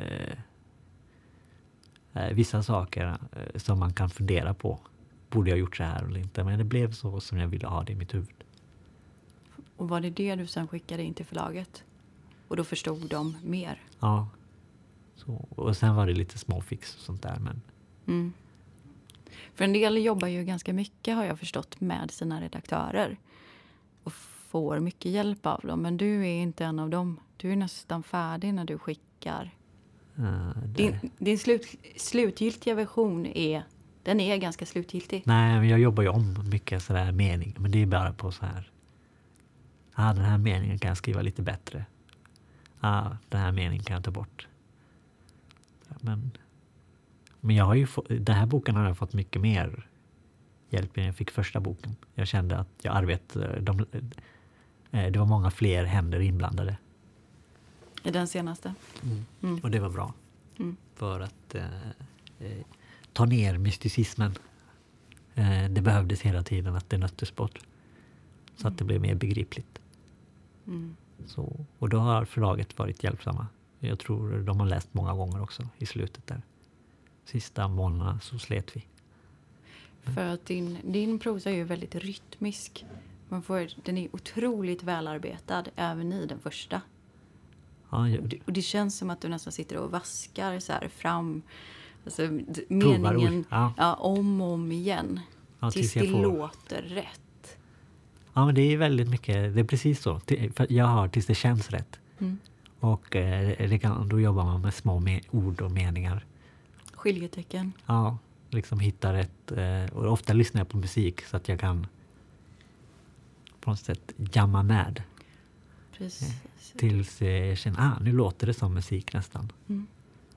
vissa saker som man kan fundera på. Borde jag gjort så här eller inte? Men det blev så som jag ville ha det i mitt huvud. Och var det du sen skickade in till förlaget? Och då förstod de mer? Ja. Så, och sen var det lite småfix och sånt där. Men... För en del jobbar ju ganska mycket, har jag förstått, med sina redaktörer. Och får mycket hjälp av dem. Men du är inte en av dem. Du är nästan färdig när du skickar. Din slutgiltiga version den är ganska slutgiltig. Nej, men jag jobbar ju om mycket sådär mening. Men det är bara på så här... den här meningen kan jag skriva lite bättre. Den här meningen kan jag ta bort. Men jag har ju den här boken har jag fått mycket mer hjälp när jag fick första boken. Jag kände att jag arbetade, det var många fler händer inblandade. I den senaste? Och det var bra. Mm. För att ta ner mysticismen. Det behövdes hela tiden att det nöttes bort. Så att det blev mer begripligt. Mm. Så, och då har förlaget varit hjälpsamma. Jag tror de har läst många gånger också i slutet där. Sista månaderna så slet vi. För att din prosa är ju väldigt rytmisk. Den är otroligt välarbetad även i den första. Ja, Och det känns som att du nästan sitter och vaskar så här fram alltså, provar meningen ord. Ja. om och om igen. Ja, tills tills det jag får. låter rätt. Ja, men det är väldigt mycket. Det är precis så. För jag har tills det känns rätt. Mm. Och då jobbar man med små ord och meningar. Skiljetecken. Ja, liksom hitta rätt. Och ofta lyssnar jag på musik så att jag kan på något sätt jamma med. Precis. Tills jag känner, nu låter det som musik nästan. Mm.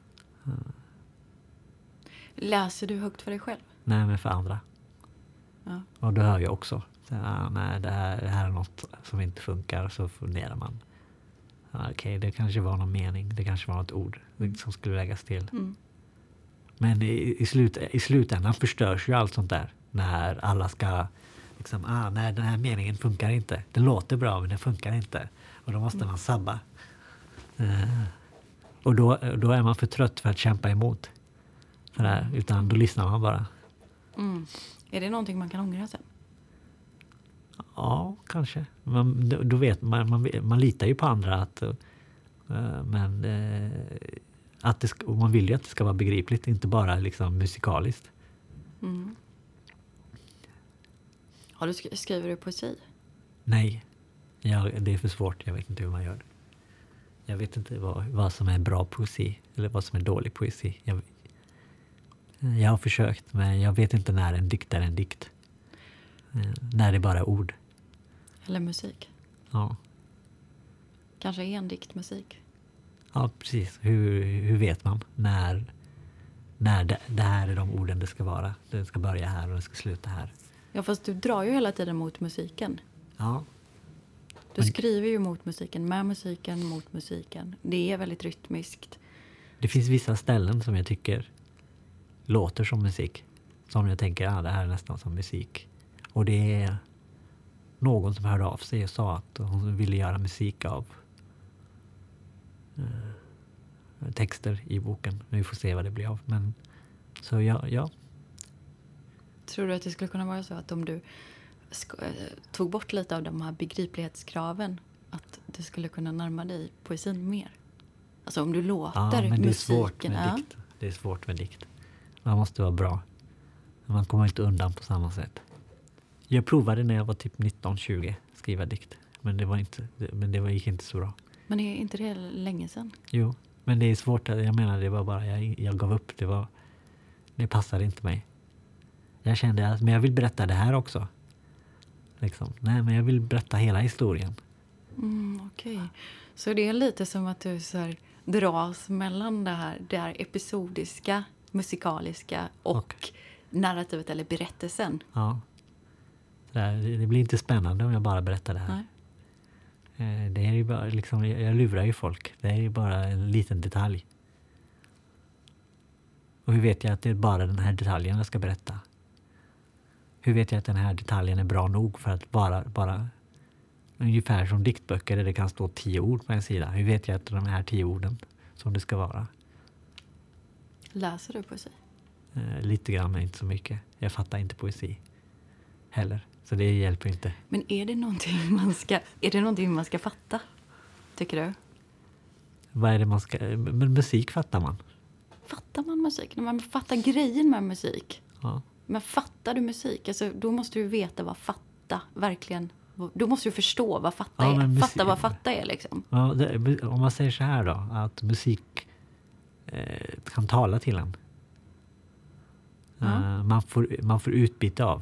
Läser du högt för dig själv? Nej, men för andra. Ja. Och då hör jag också. Så, nej, det här är något som inte funkar. Så funderar man. Okej, det kanske var någon mening. Det kanske var något ord som skulle läggas till. Mm. Men i slutändan förstörs ju allt sånt där. När alla ska liksom, nej, den här meningen funkar inte. Den låter bra men den funkar inte. Och då måste man sabba. Och då är man för trött för att kämpa emot. Sådär, utan då lyssnar man bara. Mm. Är det någonting man kan ångra sen? Ja, kanske. Då vet man litar ju på andra att och man vill ju att det ska vara begripligt, inte bara liksom musikaliskt. Mm. Skriver du poesi? Nej, det är för svårt. Jag vet inte hur man gör det. Jag vet inte vad som är bra poesi eller vad som är dålig poesi. Jag har försökt, men jag vet inte när en dikt är en dikt. När det bara är ord. Eller musik? Ja. Kanske en diktmusik? Ja, precis. Hur vet man när det här är de orden det ska vara? Det ska börja här och det ska sluta här. Ja, fast du drar ju hela tiden mot musiken. Ja. Du skriver ju mot musiken, med musiken, mot musiken. Det är väldigt rytmiskt. Det finns vissa ställen som jag tycker låter som musik. Som jag tänker, det här är nästan som musik. Och det är någon som hörde av sig och sa att hon ville göra musik av texter i boken. Vi får se vad det blir av. Men så ja. Tror du att det skulle kunna vara så att om du tog bort lite av de här begriplighetskraven att du skulle kunna närma dig poesin mer? Alltså om du låter men det är musiken... svårt med dikt. Det är svårt med dikt. Man måste vara bra. Man kommer inte undan på samma sätt. Jag provade när jag var typ 19-20 skriva dikt. Men det gick inte så bra. Men är inte det länge sedan? Jo, men det är svårt. Jag menar, det var bara jag gav upp. Det passade inte mig. Jag kände att men jag vill berätta det här också. Liksom. Nej, men jag vill berätta hela historien. Okej. Så det är lite som att du så här dras mellan det här episodiska, musikaliska och narrativet eller berättelsen. Ja. Det blir inte spännande om jag bara berättar det här. Nej. Det är ju bara liksom, jag lurar ju folk. Det är ju bara en liten detalj. Och hur vet jag att det är bara den här detaljen jag ska berätta? Hur vet jag att den här detaljen är bra nog för att bara ungefär som diktböcker där det kan stå 10 ord på en sida. Hur vet jag att de här 10 orden som det ska vara? Läser du poesi? Lite grann, men inte så mycket. Jag fattar inte poesi heller. Så det hjälper inte. Men är det någonting man ska fatta? Tycker du? Vad är det man ska... Men musik fattar man. Fattar man musik? När man fattar grejen med musik. Ja. Men fattar du musik? Alltså, då måste du veta vad fatta verkligen... Då måste du förstå vad fatta är. Fatta vad fatta är liksom. Ja, om man säger så här då. Att musik kan tala till en. Man får utbyte av.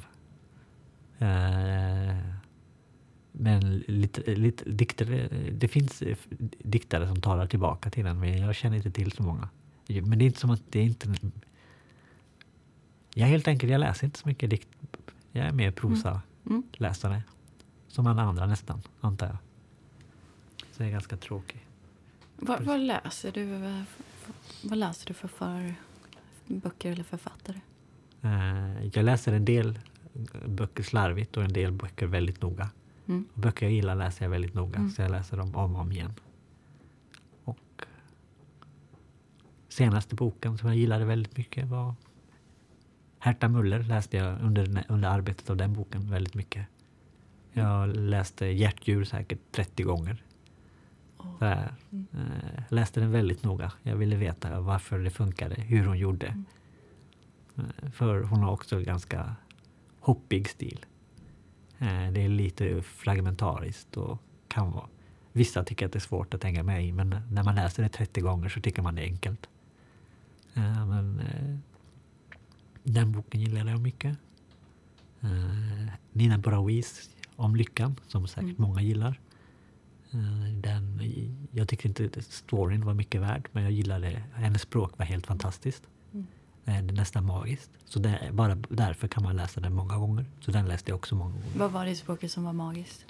Men lite diktare, det finns diktare som talar tillbaka till en, men jag känner inte till så många. Men det är inte som att det är inte... Jag läser inte så mycket dikt. Jag är mer prosa-läsare. Som alla andra nästan, antar jag. Så jag är ganska tråkig. Vad läser du? Vad läser du för böcker eller författare? Jag läser en del böcker slarvigt och en del böcker väldigt noga. Och böcker jag gillar läser jag väldigt noga. Så jag läser dem om och om igen. Och senaste boken som jag gillade väldigt mycket var Herta Müller. Läste jag under arbetet av den boken väldigt mycket. Jag läste Hjärtdjur säkert 30 gånger. Läste den väldigt noga. Jag ville veta varför det funkade, hur hon gjorde. För hon har också ganska hoppig stil. Det är lite fragmentariskt och kan vara. Vissa tycker att det är svårt att hänga med i, men när man läser det 30 gånger så tycker man det är enkelt. Den boken gillade jag mycket. Nina Borawis Om lyckan, som säkert många gillar. Jag tyckte inte storyn var mycket värd, men jag gillade hennes språk var helt fantastiskt. Det är nästan magiskt. Så bara därför kan man läsa den många gånger. Så den läste jag också många gånger. Vad var det i språket som var magiskt?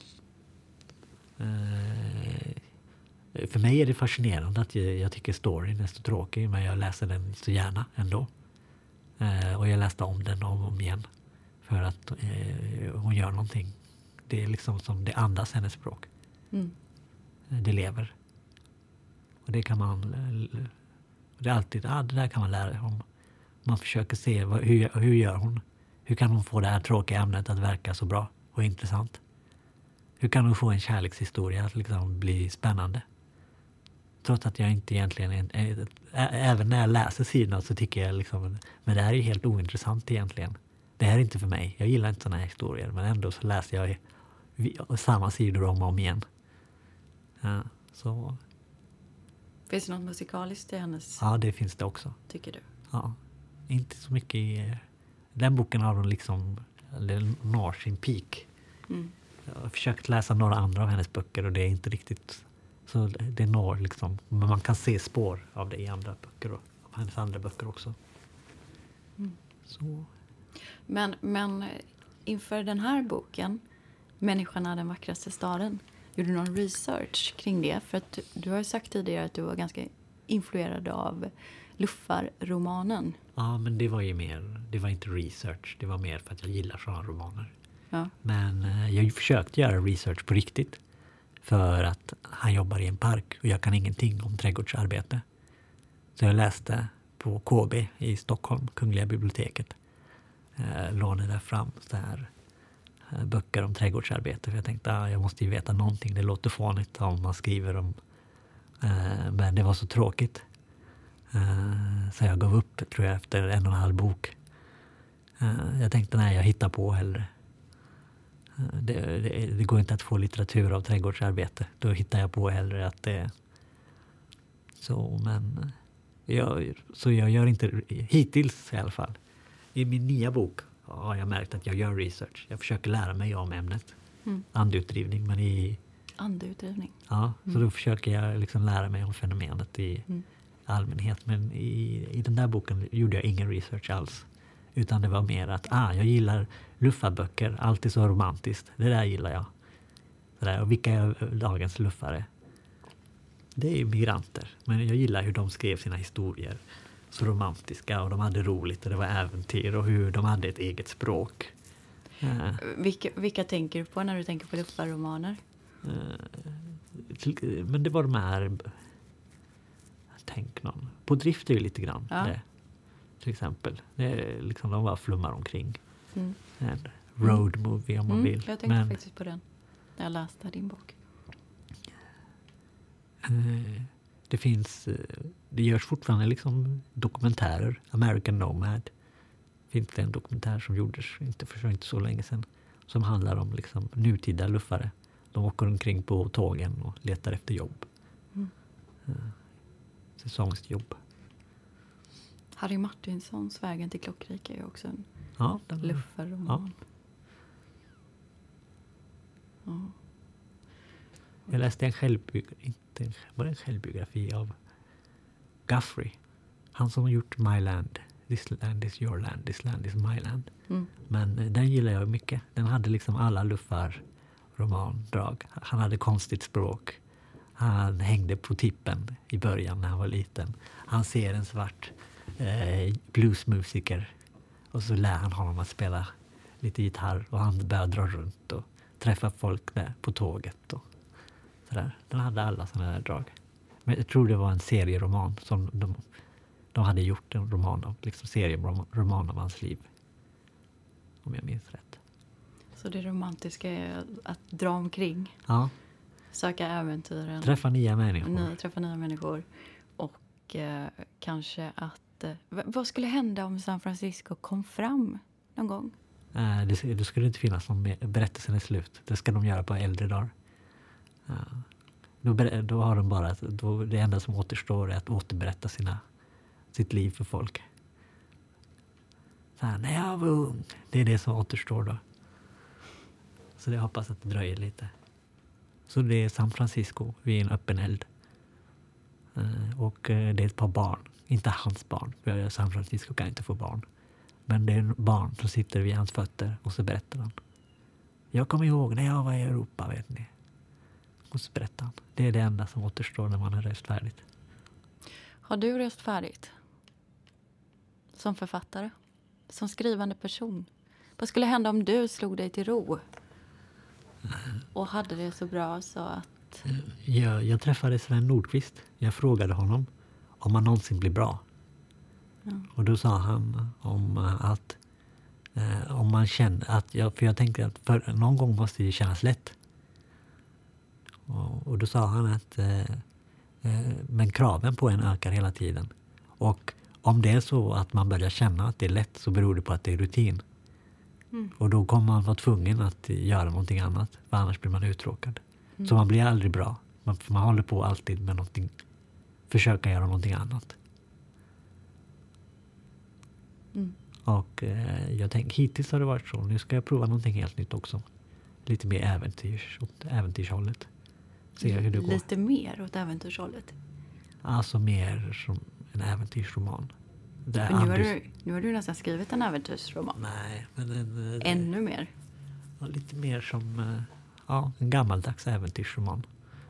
För mig är det fascinerande att jag tycker storyn är så tråkig, men jag läser den så gärna ändå. Och jag läste om den om och om igen. För att hon gör någonting. Det är liksom som det andas hennes språk. Det lever. Och det kan man... Det är alltid... det där kan man lära om. Man försöker se hur gör hon? Hur kan hon få det här tråkiga ämnet att verka så bra och intressant? Hur kan hon få en kärlekshistoria att liksom bli spännande? Trots att jag inte egentligen... även när jag läser sidorna så tycker jag liksom... Men det här är helt ointressant egentligen. Det här är inte för mig. Jag gillar inte såna här historier. Men ändå så läser jag samma sidor om och om igen. Så... Finns det något musikaliskt i hennes... Ja, det finns det också. Tycker du? Ja, inte så mycket i... Den boken har hon liksom... når sin peak. Jag har försökt läsa några andra av hennes böcker och det är inte riktigt... Så det når liksom... Men man kan se spår av det i andra böcker och av hennes andra böcker också. Så... Men inför den här boken, Människan är den vackraste staden, gjorde du någon research kring det? För att du har ju sagt tidigare att du var ganska influerad av Luffarromanen. Ja, men det var ju mer, det var inte research. Det var mer för att jag gillar sådana romaner. Ja. Men jag försökte göra research på riktigt. För att han jobbar i en park och jag kan ingenting om trädgårdsarbete. Så jag läste på KB i Stockholm, Kungliga biblioteket. Lånade fram så här böcker om trädgårdsarbete. För jag tänkte jag måste ju veta någonting. Det låter fånigt om man skriver om... men det var så tråkigt. Så jag gav upp, tror jag, efter 1,5 bok. Jag tänkte, nej, jag hittar på hellre. Det går inte att få litteratur av trädgårdsarbete. Då hittar jag på hellre att det... Så, men... Jag gör inte... Hittills i alla fall. I min nya bok har jag märkt att jag gör research. Jag försöker lära mig om ämnet. Andeutdrivning, men i... Andeutdrivning? Ja, så då försöker jag liksom lära mig om fenomenet i allmänhet. Men i den där boken gjorde jag ingen research alls. Utan det var mer att jag gillar luffarböcker. Alltid så romantiskt. Det där gillar jag. Det där. Och vilka är dagens luffare? Det är migranter. Men jag gillar hur de skrev sina historier. Så romantiska och de hade roligt och det var äventyr och hur de hade ett eget språk. Vilka tänker du på när du tänker på luffarromaner? Men det var de här... Tänk någon. På drift är ju lite grann det. Till exempel. Det är liksom de bara flummar omkring. En road movie om man vill. Jag tänkte faktiskt på den när jag läste din bok. Det finns... Det görs fortfarande liksom dokumentärer. American Nomad. Finns det en dokumentär som gjordes inte så länge sedan. Som handlar om liksom nutida luffare. De åker omkring på tågen och letar efter jobb. Säsongsjobb. Harry Martinsons Vägen till Klockrika är också en luffarroman. Ja. Jag läste en självbiografi av Guthrie. Han som har gjort My Land, This land is your land, this land is my land. Mm. Men den gillar jag mycket. Den hade liksom alla luffar romandrag. Han hade konstigt språk. Han hängde på tippen i början när han var liten. Han ser en svart bluesmusiker och så lär han honom att spela lite gitarr och han börjar dra runt och träffa folk där på tåget och sådär. Den hade alla sådana där drag. Men jag tror det var en serieroman som de hade gjort en roman av, liksom serieroman av hans liv. Om jag minns rätt. Så det romantiska är att dra omkring. Ja. Söka äventyren. Träffa nya människor. Träffa nya människor. Och kanske att... vad skulle hända om San Francisco kom fram någon gång? Det skulle inte finnas någon berättelsen är slut. Det ska de göra på äldre dagar. Då har de bara... det enda som återstår är att återberätta sitt liv för folk. Så här, när jag var ung. Det är det som återstår då. Så jag hoppas att det dröjer lite. Så det är San Francisco vid en öppen eld. Och det är ett par barn. Inte hans barn. För San Francisco kan inte få barn. Men det är en barn som sitter vid hans fötter och så berättar han. Jag kommer ihåg när jag var i Europa, vet ni. Och så berättar han. Det är det enda som återstår när man har rest färdigt. Har du rest färdigt? Som författare? Som skrivande person? Vad skulle hända om du slog dig till ro? Och hade det så bra så att... Jag träffade Sven Nordqvist. Jag frågade honom om han någonsin blir bra. Ja. Och då sa han om man känner att... För jag tänkte att någon gång måste det kännas lätt. Och då sa han att men kraven på en ökar hela tiden. Och om det är så att man börjar känna att det är lätt så beror det på att det är rutin. Mm. Och då kommer man vara tvungen att göra någonting annat. För annars blir man uttråkad. Så man blir aldrig bra. Man håller på alltid med någonting. Försöka göra någonting annat. Mm. Och jag tänker hittills har det varit så. Nu ska jag prova någonting helt nytt också. Lite mer äventyrshållet. Se hur det går. Lite mer åt äventyrshållet? Alltså mer som en äventyrsroman. Nu har du nästan skrivit en äventyrsroman. Nej, men... Ännu mer? Lite mer som en gammaldags äventyrsroman.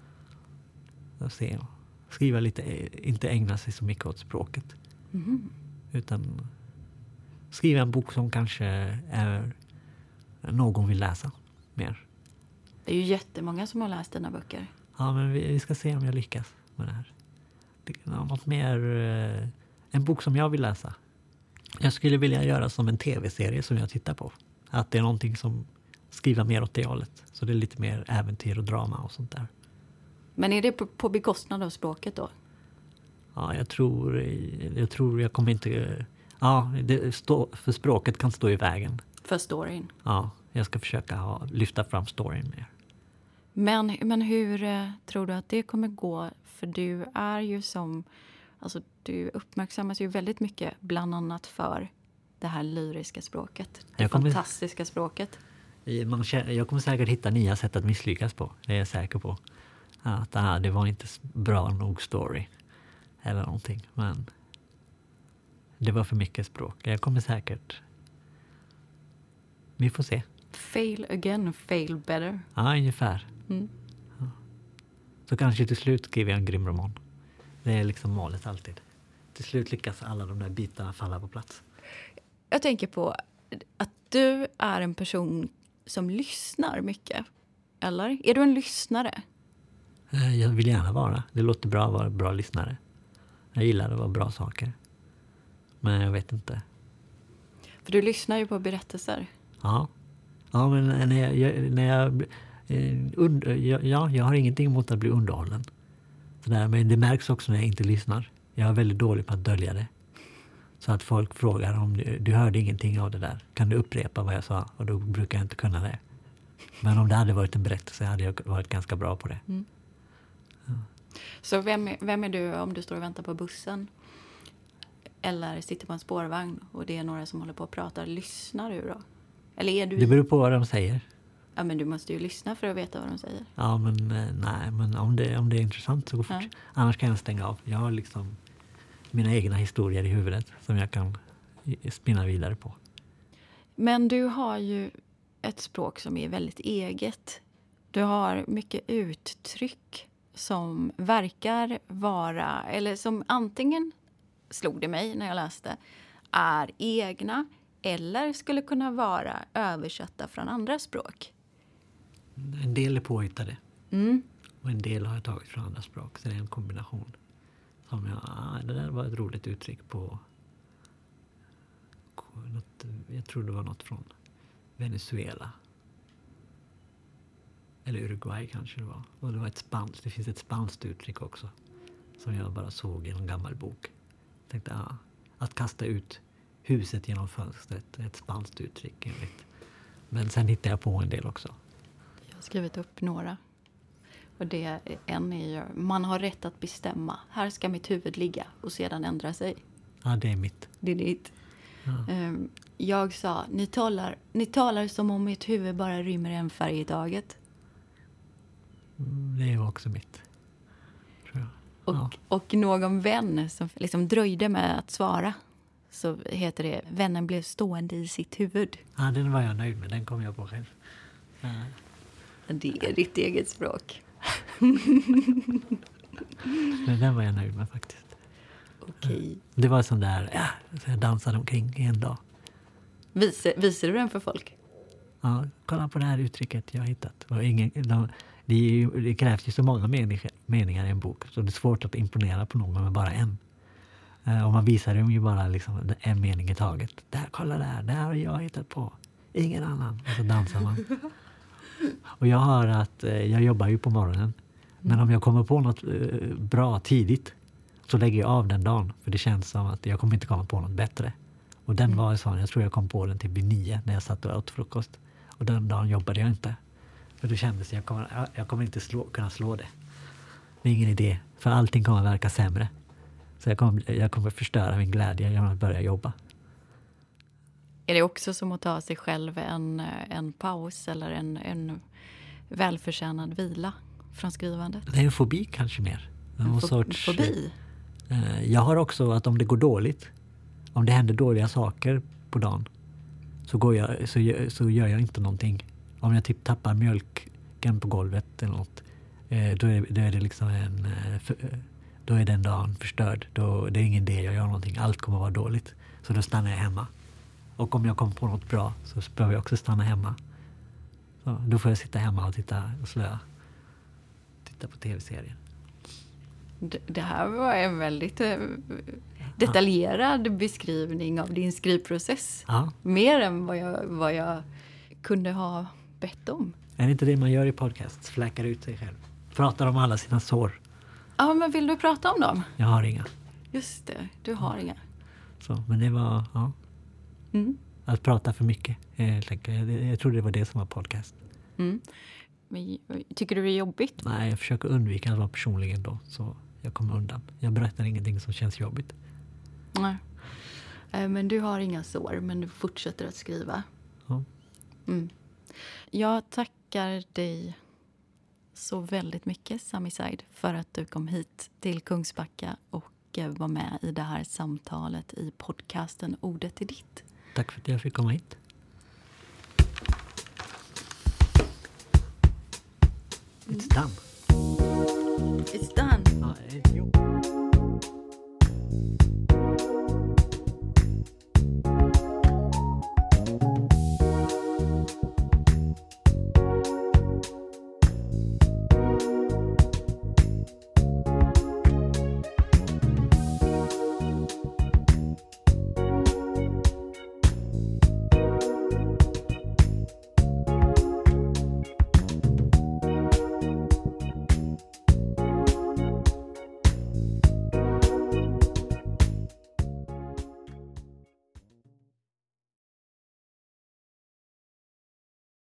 Skriva lite, inte ägna sig så mycket åt språket. Mm. Utan skriva en bok som kanske är någon vill läsa mer. Det är ju jättemånga som har läst dina böcker. Ja, men vi ska se om jag lyckas med det här. Något mer... En bok som jag vill läsa. Jag skulle vilja göra som en tv-serie som jag tittar på. Att det är någonting som skriver mer åt det hållet. Så det är lite mer äventyr och drama och sånt där. Men är det på bekostnad av språket då? Ja, jag tror jag kommer inte... Ja, för språket kan stå i vägen. För storyn? Ja, jag ska försöka lyfta fram storyn mer. Men hur tror du att det kommer gå? För du är ju som... Alltså du uppmärksammas ju väldigt mycket bland annat för det här lyriska språket. Det fantastiska språket. Jag kommer säkert hitta nya sätt att misslyckas på. Det är jag säker på. Att det var inte bra nog story. Eller någonting. Men det var för mycket språk. Jag kommer säkert... Vi får se. Fail again, fail better. Ja, ungefär. Mm. Ja. Så kanske till slut skriver jag en grym roman. Det är liksom målet alltid. Till slut lyckas alla de där bitarna falla på plats. Jag tänker på att du är en person som lyssnar mycket. Eller? Är du en lyssnare? Jag vill gärna vara. Det låter bra att vara bra lyssnare. Jag gillar att vara bra saker. Men jag vet inte. För du lyssnar ju på berättelser. Ja. Ja, men jag har ingenting emot att bli underhållen. Men det märks också när jag inte lyssnar. Jag är väldigt dålig på att dölja det. Så att folk frågar om du hörde ingenting av det där. Kan du upprepa vad jag sa? Och då brukar jag inte kunna det. Men om det hade varit en berättelse hade jag varit ganska bra på det. Mm. Ja. Så vem är du om du står och väntar på bussen? Eller sitter på en spårvagn och det är några som håller på och pratar. Lyssnar du då? Eller är du... Det beror på vad de säger. Ja, men du måste ju lyssna för att veta vad de säger. Ja, men nej, men om det är intressant så går fort. Annars kan jag stänga av. Jag har liksom mina egna historier i huvudet som jag kan spinna vidare på. Men du har ju ett språk som är väldigt eget. Du har mycket uttryck som verkar vara, eller som antingen, slog det mig när jag läste, är egna eller skulle kunna vara översatta från andra språk. En del är påhittade. Mm. Och en del har jag tagit från andra språk. Så det är en kombination. Det där var ett roligt uttryck på jag tror det var något från Venezuela. Eller Uruguay kanske det var. Och det var det finns ett spanskt uttryck också. Som jag bara såg i en gammal bok. Jag tänkte, att kasta ut huset genom fönstret är ett spanskt uttryck enligt. Men sen hittade jag på en del också. Jag har skrivit upp några. Och en är ju, man har rätt att bestämma. Här ska mitt huvud ligga och sedan ändra sig. Ja, det är mitt. Det är ditt. Ja. Jag sa, ni talar som om mitt huvud bara rymmer en färg i taget. Det är också mitt. Tror jag. Och någon vän som liksom dröjde med att svara. Så heter det, vännen blev stående i sitt huvud. Ja, den var jag nöjd med. Den kom jag på själv. Det är ditt eget språk. Men den var jag nöjd med faktiskt. Okej. Det var sån där, så jag dansade omkring en dag. Visar du den för folk? Ja, kolla på det här uttrycket jag har hittat. Det krävs ju så många meningar i en bok. Så det är svårt att imponera på någon med bara en. Och man visar dem ju bara liksom en mening i taget. Kolla där, det här har jag hittat på. Ingen annan. Och så dansar man. Och jag jobbar ju på morgonen. Men om jag kommer på något bra tidigt så lägger jag av den dagen. För det känns som att jag kommer inte komma på något bättre. Och den var sån, jag tror jag kom på den till vid 9 när jag satt och åt frukost. Och den dagen jobbade jag inte. För då kändes det jag kommer inte kunna slå det. Det är ingen idé. För allting kommer verka sämre. Så jag kommer förstöra min glädje genom att börja jobba. Är det också som att ta sig själv en paus eller en välförtjänad vila från skrivandet? Det är en fobi kanske mer. Fobi? Jag har också att om det går dåligt, om det händer dåliga saker på dagen, så gör jag inte någonting. Om jag typ tappar mjölken på golvet eller något, då är det liksom då är den dagen förstörd. Det är ingen idé jag gör någonting. Allt kommer vara dåligt. Så då stannar jag hemma. Och om jag kommer på något bra så behöver jag också stanna hemma. Så då får jag sitta hemma och titta och slöa. Titta på tv-serien. Det här var en väldigt detaljerad beskrivning av din skrivprocess. Ja. Mer än vad jag kunde ha bett om. Är det inte det man gör i podcasts? Fläckar ut sig själv. Pratar om alla sina sår. Ja, men vill du prata om dem? Jag har inga. Just det, du har inga. Så, men det var, att prata för mycket. Jag tror det var det som var podcast. Mm. Men, tycker du det är jobbigt? Nej, jag försöker undvika att vara personlig ändå. Så jag kommer undan. Jag berättar ingenting som känns jobbigt. Nej. Men du har inga sår, men du fortsätter att skriva. Ja. Mm. Jag tackar dig så väldigt mycket, Sami Said, för att du kom hit till Kungsbacka och var med i det här samtalet i podcasten Ordet är ditt. Tack för att jag fick komma hit. It's done. It's done. Ja,